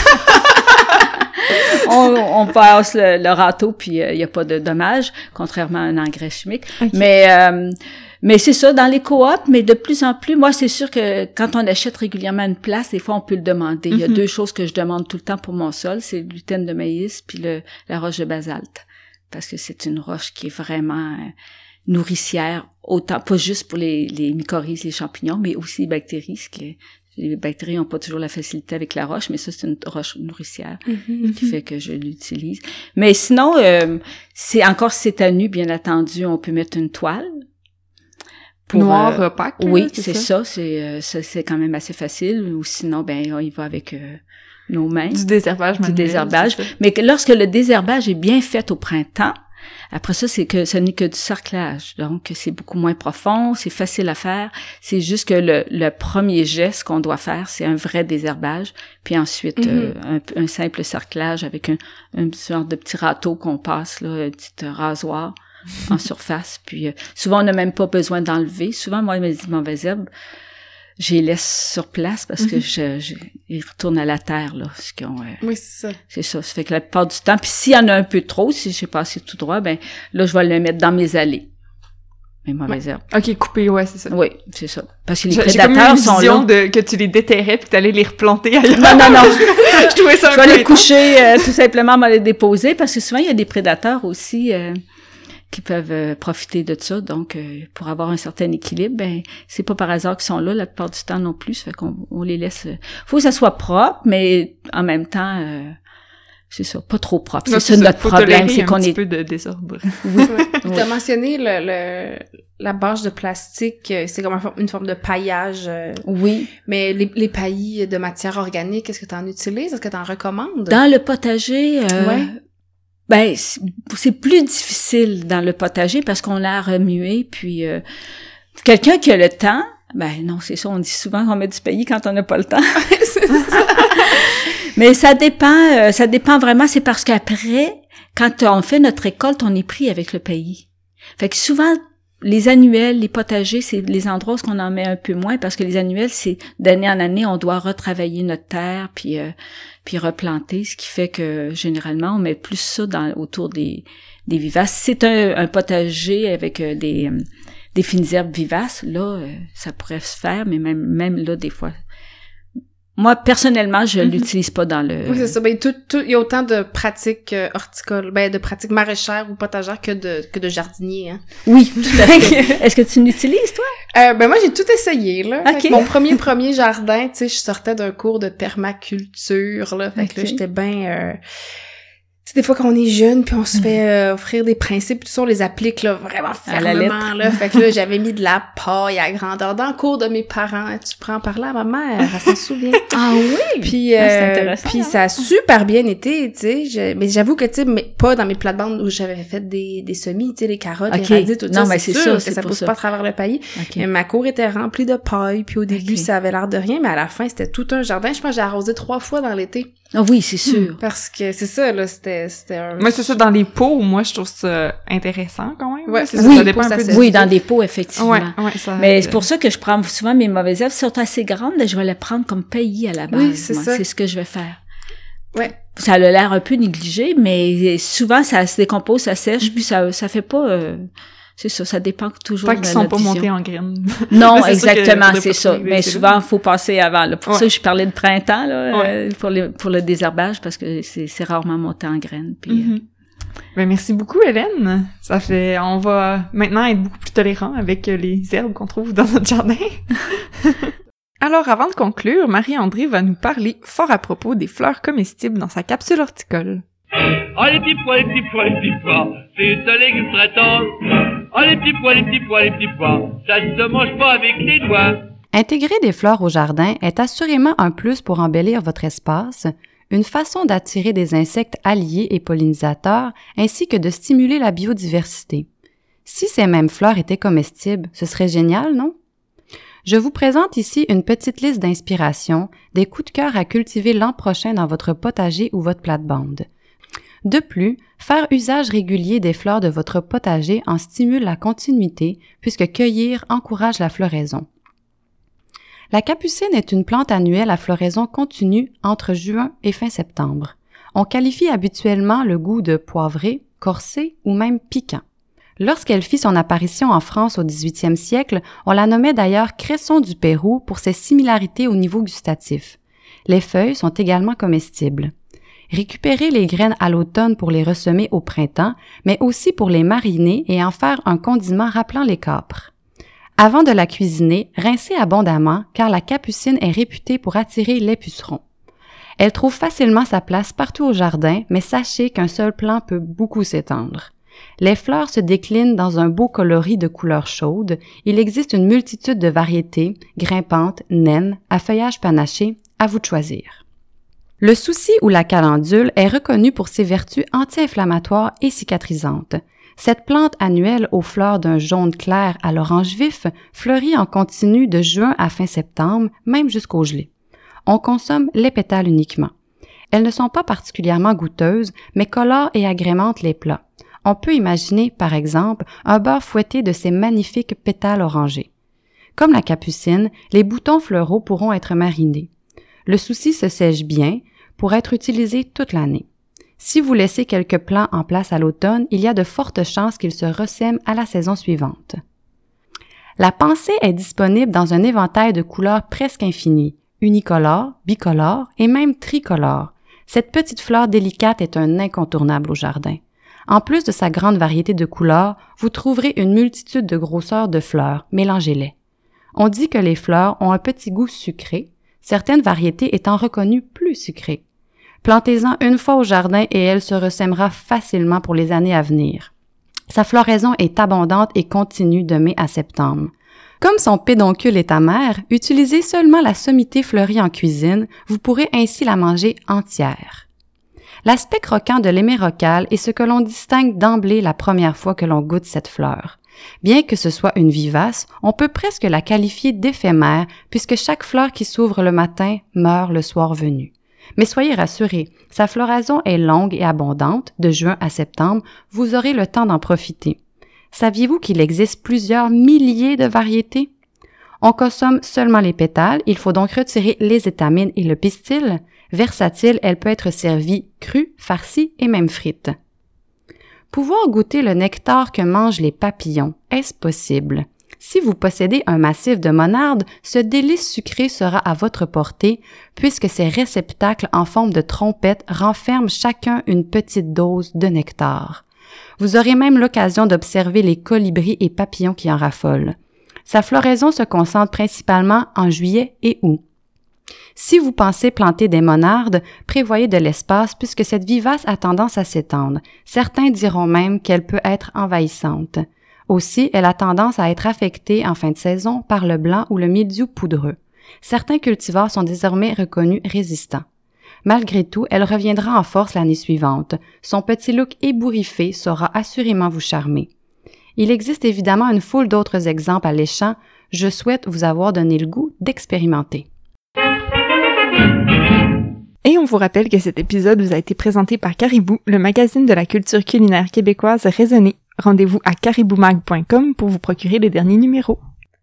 [SPEAKER 3] on, on passe le, le râteau puis il euh, y a pas de dommages, contrairement à un engrais chimique. Okay. Mais euh, mais c'est ça dans les coops, mais de plus en plus, moi c'est sûr que quand on achète régulièrement une place, des fois on peut le demander. Il mm-hmm. y a deux choses que je demande tout le temps pour mon sol, c'est le gluten de maïs puis le la roche de basalte, parce que c'est une roche qui est vraiment euh, nourricière, autant pas juste pour les les mycorhizes, les champignons, mais aussi les bactéries, ce qui est les bactéries n'ont pas toujours la facilité avec la roche, mais ça, c'est une roche nourricière
[SPEAKER 1] mm-hmm.
[SPEAKER 3] qui fait que je l'utilise. Mais sinon, euh, c'est encore si c'est à nu, bien entendu, on peut mettre une toile.
[SPEAKER 2] Pour, Noir euh, opaque.
[SPEAKER 3] Oui,
[SPEAKER 2] là,
[SPEAKER 3] c'est,
[SPEAKER 2] c'est
[SPEAKER 3] ça. ça c'est, euh, ça, c'est quand même assez facile. Ou sinon, ben, on y va avec euh, nos mains.
[SPEAKER 2] Du désherbage
[SPEAKER 3] Du
[SPEAKER 2] manuel,
[SPEAKER 3] désherbage. Mais que lorsque le désherbage est bien fait au printemps, après ça, c'est que ce n'est que du sarclage. Donc, c'est beaucoup moins profond, c'est facile à faire. C'est juste que le, le premier geste qu'on doit faire, c'est un vrai désherbage. Puis ensuite, mm-hmm. euh, un, un simple sarclage avec un, un genre de petit râteau qu'on passe, là, un petit rasoir en surface. Puis euh, souvent, on n'a même pas besoin d'enlever. Souvent, moi, mes mauvaises herbes, je les laisse sur place parce que
[SPEAKER 2] Mm-hmm.
[SPEAKER 3] je, je, ils retournent à la terre, là. Ce qu'ils ont, euh,
[SPEAKER 1] Oui, c'est ça.
[SPEAKER 3] c'est ça. Ça fait que la plupart du temps, puis s'il y en a un peu trop, si j'ai passé tout droit, ben là, je vais le mettre dans mes allées. Mes mauvaises herbes.
[SPEAKER 2] OK, coupé, ouais, c'est ça.
[SPEAKER 3] Oui, c'est ça. Parce que les
[SPEAKER 2] J'ai j'ai
[SPEAKER 3] prédateurs
[SPEAKER 2] comme eu une
[SPEAKER 3] sont
[SPEAKER 2] vision
[SPEAKER 3] là.
[SPEAKER 2] de que tu les déterrais puis que t'allais les replanter ailleurs.
[SPEAKER 3] Non, non, non.
[SPEAKER 2] Je trouvais ça un
[SPEAKER 3] Je
[SPEAKER 2] peu
[SPEAKER 3] vais les
[SPEAKER 2] étrange.
[SPEAKER 3] coucher, euh, tout simplement, me les déposer, parce que souvent, il y a des prédateurs aussi euh, qui peuvent euh, profiter de ça. Donc, euh, pour avoir un certain équilibre, ben c'est pas par hasard qu'ils sont là la plupart du temps non plus. Ça fait qu'on on les laisse... Euh, faut que ça soit propre, mais en même temps... Euh, c'est ça, pas trop propre.
[SPEAKER 2] Non,
[SPEAKER 3] C'est ça notre
[SPEAKER 2] faut
[SPEAKER 3] problème,
[SPEAKER 2] tolérer
[SPEAKER 3] c'est
[SPEAKER 2] un
[SPEAKER 3] qu'on
[SPEAKER 2] petit
[SPEAKER 3] est...
[SPEAKER 2] peu de désordre.
[SPEAKER 3] Oui,
[SPEAKER 1] Tu
[SPEAKER 3] oui.
[SPEAKER 1] as mentionné le, le, la bâche de plastique, euh, c'est comme un for- une forme de paillage. euh,
[SPEAKER 3] Oui.
[SPEAKER 1] mais les, les paillis de matière organique, est-ce que tu en utilises? Est-ce que tu en recommandes?
[SPEAKER 3] Dans le potager, euh,
[SPEAKER 1] Ouais.
[SPEAKER 3] ben c'est c'est plus difficile dans le potager parce qu'on l'a remué. Puis euh, quelqu'un qui a le temps, ben non, c'est ça. On dit souvent qu'on met du paillis quand on n'a pas le temps.
[SPEAKER 1] C'est ça.
[SPEAKER 3] Mais ça dépend, euh, ça dépend vraiment. C'est parce qu'après, quand on fait notre récolte, on est pris avec le paillis. Fait que souvent, les annuels, les potagers, c'est les endroits où on en met un peu moins parce que les annuels, c'est d'année en année, on doit retravailler notre terre puis euh, puis replanter, ce qui fait que généralement, on met plus ça dans autour des des vivaces. C'est un, un potager avec euh, des euh, des fines herbes vivaces. Là, euh, ça pourrait se faire, mais même même là, des fois. Moi, personnellement, je
[SPEAKER 2] Mhm.
[SPEAKER 3] l'utilise pas dans le...
[SPEAKER 1] Oui, c'est ça. Ben, tout, tout, il y a autant de pratiques euh, horticoles, ben, de pratiques maraîchères ou potagères que de, que de jardiniers, hein.
[SPEAKER 3] Oui, tout à fait. Est-ce que tu l'utilises, toi?
[SPEAKER 1] Euh, ben, moi, j'ai tout essayé, là. Fait
[SPEAKER 3] Ok.
[SPEAKER 1] que mon premier, premier jardin, tu sais, je sortais d'un cours de permaculture, là. Fait que là,
[SPEAKER 3] Ok.
[SPEAKER 1] j'étais bien, euh... tu sais, des fois, quand on est jeune, puis on se fait euh, offrir des principes, tout ça, on les applique, là, vraiment
[SPEAKER 3] À la
[SPEAKER 1] fermement, là. Fait que là, j'avais mis de la paille à grandeur dans le cours de mes parents. Tu prends par là à ma mère, elle s'en souvient.
[SPEAKER 3] Ah oui!
[SPEAKER 1] Puis,
[SPEAKER 3] Ah, c'est
[SPEAKER 1] euh,
[SPEAKER 3] intéressant,
[SPEAKER 1] puis
[SPEAKER 3] hein?
[SPEAKER 1] ça a super bien été, tu sais. Je- Mais j'avoue que, tu sais, mais pas dans mes plates-bandes où j'avais fait des, des semis, tu sais, les carottes,
[SPEAKER 3] Ok.
[SPEAKER 1] les radis, tout
[SPEAKER 3] Non,
[SPEAKER 1] ça.
[SPEAKER 3] mais
[SPEAKER 1] c'est
[SPEAKER 3] c'est
[SPEAKER 1] sûr
[SPEAKER 3] ça,
[SPEAKER 1] que
[SPEAKER 3] c'est
[SPEAKER 1] ça
[SPEAKER 3] pour
[SPEAKER 1] pousse
[SPEAKER 3] ça.
[SPEAKER 1] pas à travers le paillis.
[SPEAKER 3] OK.
[SPEAKER 1] Mais ma cour était remplie de paille, puis au début,
[SPEAKER 3] Ok.
[SPEAKER 1] ça avait l'air de rien, mais à la fin, c'était tout un jardin. Je pense que j'ai arrosé trois fois dans l'été.
[SPEAKER 3] Ah oui, c'est sûr.
[SPEAKER 1] Parce que c'est ça, là, c'était, c'était un...
[SPEAKER 2] Moi, c'est ça, dans les pots, moi, je trouve ça intéressant, quand même.
[SPEAKER 1] Ouais,
[SPEAKER 2] c'est
[SPEAKER 1] oui,
[SPEAKER 2] ça, ça
[SPEAKER 1] pour
[SPEAKER 2] dépend un
[SPEAKER 1] ça,
[SPEAKER 2] peu
[SPEAKER 1] c'est-
[SPEAKER 2] du-
[SPEAKER 3] Oui, dans des pots, effectivement.
[SPEAKER 2] Ouais, ouais, ça...
[SPEAKER 3] Mais c'est pour ça que je prends souvent mes mauvaises herbes. Si elles sont assez grandes, je vais les prendre comme paillis à la base.
[SPEAKER 1] Oui, c'est
[SPEAKER 3] moi.
[SPEAKER 1] ça.
[SPEAKER 3] C'est ce que je vais faire.
[SPEAKER 1] Ouais.
[SPEAKER 3] Ça a l'air un peu négligé, mais souvent, ça se décompose, ça sèche, puis ça ça fait pas... euh, c'est ça, ça dépend toujours
[SPEAKER 2] Tant
[SPEAKER 3] de
[SPEAKER 2] qu'ils sont
[SPEAKER 3] notre
[SPEAKER 2] pas
[SPEAKER 3] vision.
[SPEAKER 2] montés en graines.
[SPEAKER 3] Non,
[SPEAKER 2] Mais c'est sûr que
[SPEAKER 3] exactement,
[SPEAKER 2] faudrait
[SPEAKER 3] c'est
[SPEAKER 2] pas
[SPEAKER 3] ça.
[SPEAKER 2] trouver
[SPEAKER 3] Mais
[SPEAKER 2] ces
[SPEAKER 3] souvent, il faut passer avant. Là. Pour
[SPEAKER 2] Ouais.
[SPEAKER 3] ça, je parlais de printemps là,
[SPEAKER 2] Ouais.
[SPEAKER 3] euh, pour, le, pour le désherbage, parce que c'est, c'est rarement monté en graines. Puis,
[SPEAKER 2] Mhm. Ben, merci beaucoup, Hélène. Ça fait, on va maintenant être beaucoup plus tolérant avec euh, les herbes qu'on trouve dans notre jardin. Alors, avant de conclure, Marie-André va nous parler fort à propos des fleurs comestibles dans sa capsule horticole.
[SPEAKER 4] Oh les petits pois, les petits pois, les petits pois, c'est un légume très tendre. Oh les petits pois, les petits pois, les petits pois, ça ne se mange pas avec les doigts.
[SPEAKER 5] Intégrer des fleurs au jardin est assurément un plus pour embellir votre espace, une façon d'attirer des insectes alliés et pollinisateurs, ainsi que de stimuler la biodiversité. Si ces mêmes fleurs étaient comestibles, ce serait génial, non? Je vous présente ici une petite liste d'inspiration, des coups de cœur à cultiver l'an prochain dans votre potager ou votre plate-bande. De plus, faire usage régulier des fleurs de votre potager en stimule la continuité, puisque cueillir encourage la floraison. La capucine est une plante annuelle à floraison continue entre juin et fin septembre. On qualifie habituellement le goût de poivré, corsé ou même piquant. Lorsqu'elle fit son apparition en France au dix-huitième siècle, on la nommait d'ailleurs cresson du Pérou pour ses similarités au niveau gustatif. Les feuilles sont également comestibles. Récupérez les graines à l'automne pour les ressemer au printemps, mais aussi pour les mariner et en faire un condiment rappelant les capres. Avant de la cuisiner, rincez abondamment car la capucine est réputée pour attirer les pucerons. Elle trouve facilement sa place partout au jardin, mais sachez qu'un seul plant peut beaucoup s'étendre. Les fleurs se déclinent dans un beau coloris de couleurs chaudes. Il existe une multitude de variétés, grimpantes, naines, à feuillage panaché, à vous de choisir. Le souci ou la calendule est reconnu pour ses vertus anti-inflammatoires et cicatrisantes. Cette plante annuelle aux fleurs d'un jaune clair à l'orange vif fleurit en continu de juin à fin septembre, même jusqu'au gelé. On consomme les pétales uniquement. Elles ne sont pas particulièrement goûteuses, mais colorent et agrémentent les plats. On peut imaginer, par exemple, un beurre fouetté de ces magnifiques pétales orangés. Comme la capucine, les boutons fleuraux pourront être marinés. Le souci se sèche bien pour être utilisé toute l'année. Si vous laissez quelques plants en place à l'automne, il y a de fortes chances qu'ils se ressèment à la saison suivante. La pensée est disponible dans un éventail de couleurs presque infini, unicolores, bicolores et même tricolores. Cette petite fleur délicate est un incontournable au jardin. En plus de sa grande variété de couleurs, vous trouverez une multitude de grosseurs de fleurs, mélangez-les. On dit que les fleurs ont un petit goût sucré, certaines variétés étant reconnues plus sucrées. Plantez-en une fois au jardin et elle se ressèmera facilement pour les années à venir. Sa floraison est abondante et continue de mai à septembre. Comme son pédoncule est amer, utilisez seulement la sommité fleurie en cuisine, vous pourrez ainsi la manger entière. L'aspect croquant de l'hémérocale est ce que l'on distingue d'emblée la première fois que l'on goûte cette fleur. Bien que ce soit une vivace, on peut presque la qualifier d'éphémère puisque chaque fleur qui s'ouvre le matin meurt le soir venu. Mais soyez rassurés, sa floraison est longue et abondante, de juin à septembre, vous aurez le temps d'en profiter. Saviez-vous qu'il existe plusieurs milliers de variétés? On consomme seulement les pétales, il faut donc retirer les étamines et le pistil. Versatile, elle peut être servie crue, farcie et même frite. Pouvoir goûter le nectar que mangent les papillons, est-ce possible? Si vous possédez un massif de monardes, ce délice sucré sera à votre portée, puisque ces réceptacles en forme de trompette renferment chacun une petite dose de nectar. Vous aurez même l'occasion d'observer les colibris et papillons qui en raffolent. Sa floraison se concentre principalement en juillet et août. Si vous pensez planter des monardes, prévoyez de l'espace puisque cette vivace a tendance à s'étendre. Certains diront même qu'elle peut être envahissante. Aussi, elle a tendance à être affectée en fin de saison par le blanc ou le mildiou poudreux. Certains cultivars sont désormais reconnus résistants. Malgré tout, elle reviendra en force l'année suivante. Son petit look ébouriffé saura assurément vous charmer. Il existe évidemment une foule d'autres exemples alléchants. Je souhaite vous avoir donné le goût d'expérimenter.
[SPEAKER 2] Et on vous rappelle que cet épisode vous a été présenté par Caribou, le magazine de la culture culinaire québécoise raisonnée. Rendez-vous à cariboumag point com pour vous procurer les derniers numéros.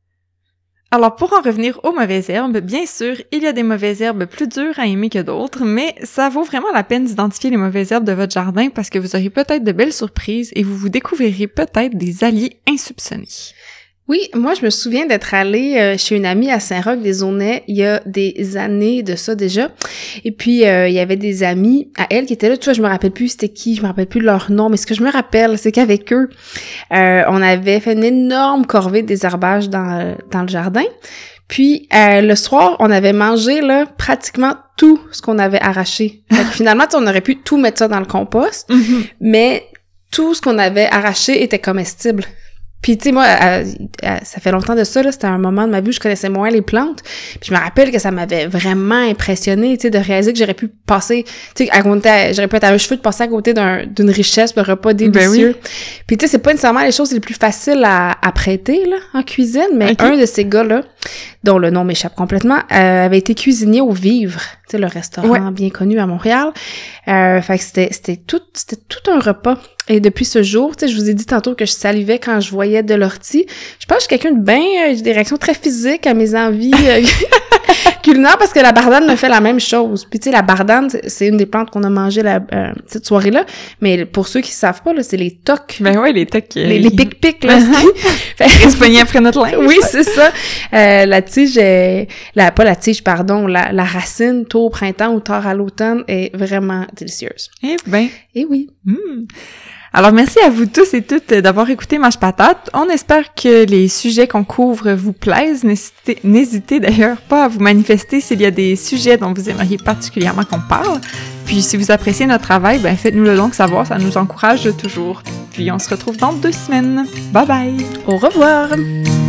[SPEAKER 2] Alors, pour en revenir aux mauvaises herbes, bien sûr, il y a des mauvaises herbes plus dures à aimer que d'autres, mais ça vaut vraiment la peine d'identifier les mauvaises herbes de votre jardin parce que vous aurez peut-être de belles surprises et vous vous découvrirez peut-être des alliés insoupçonnés.
[SPEAKER 1] Oui, moi, je me souviens d'être allée euh, chez une amie à Saint-Roch-des-Aunais il y a des années de ça déjà. Et puis, euh, il y avait des amis à elle qui étaient là. Tu vois, je me rappelle plus c'était qui, je me rappelle plus leur nom, mais ce que je me rappelle, c'est qu'avec eux, euh, on avait fait une énorme corvée de désherbage dans, dans le jardin. Puis, euh, le soir, on avait mangé là pratiquement tout ce qu'on avait arraché. Fait que finalement, on aurait pu tout mettre ça dans le compost, mm-hmm. mais tout ce qu'on avait arraché était comestible. Puis tu sais, moi, euh, euh, ça fait longtemps de ça, là, c'était un moment de ma vie où je connaissais moins les plantes. Puis je me rappelle que ça m'avait vraiment impressionnée, tu sais, de réaliser que j'aurais pu passer, tu sais, à côté, j'aurais pu être à un cheveu de passer à côté d'un, d'une richesse, d'un repas délicieux. Ben oui. Puis tu sais, c'est pas nécessairement les choses les plus faciles à, à prêter, là, en cuisine, mais okay. Un de ces gars-là, dont le nom m'échappe complètement, euh, avait été cuisinier au Vivre, tu sais, le restaurant ouais. bien connu à Montréal. Euh, fait que c'était, c'était tout, c'était tout un repas. Et depuis ce jour, tu sais, je vous ai dit tantôt que je salivais quand je voyais de l'ortie. Je pense que je suis quelqu'un de bien, euh, j'ai des réactions très physiques à mes envies euh, culinaires parce que la bardane me fait la même chose. Puis tu sais, la bardane, c'est une des plantes qu'on a mangé la, euh, cette soirée-là. Mais pour ceux qui savent pas, là, c'est les tocs.
[SPEAKER 2] Ben ouais, les tocs.
[SPEAKER 1] Les, les pic-pics, là.
[SPEAKER 2] Les poignets après notre linge.
[SPEAKER 1] Oui, c'est ça. Euh, la tige, est, la, pas la tige, pardon, la, la racine, tôt au printemps ou tard à l'automne, est vraiment délicieuse.
[SPEAKER 2] Eh ben.
[SPEAKER 1] Eh oui.
[SPEAKER 2] Mmh. Alors, merci à vous tous et toutes d'avoir écouté Mâche Patate. On espère que les sujets qu'on couvre vous plaisent. N'hésitez, n'hésitez d'ailleurs pas à vous manifester s'il y a des sujets dont vous aimeriez particulièrement qu'on parle. Puis, si vous appréciez notre travail, ben faites-nous le donc savoir, ça nous encourage toujours. Puis, on se retrouve dans deux semaines. Bye bye!
[SPEAKER 1] Au revoir!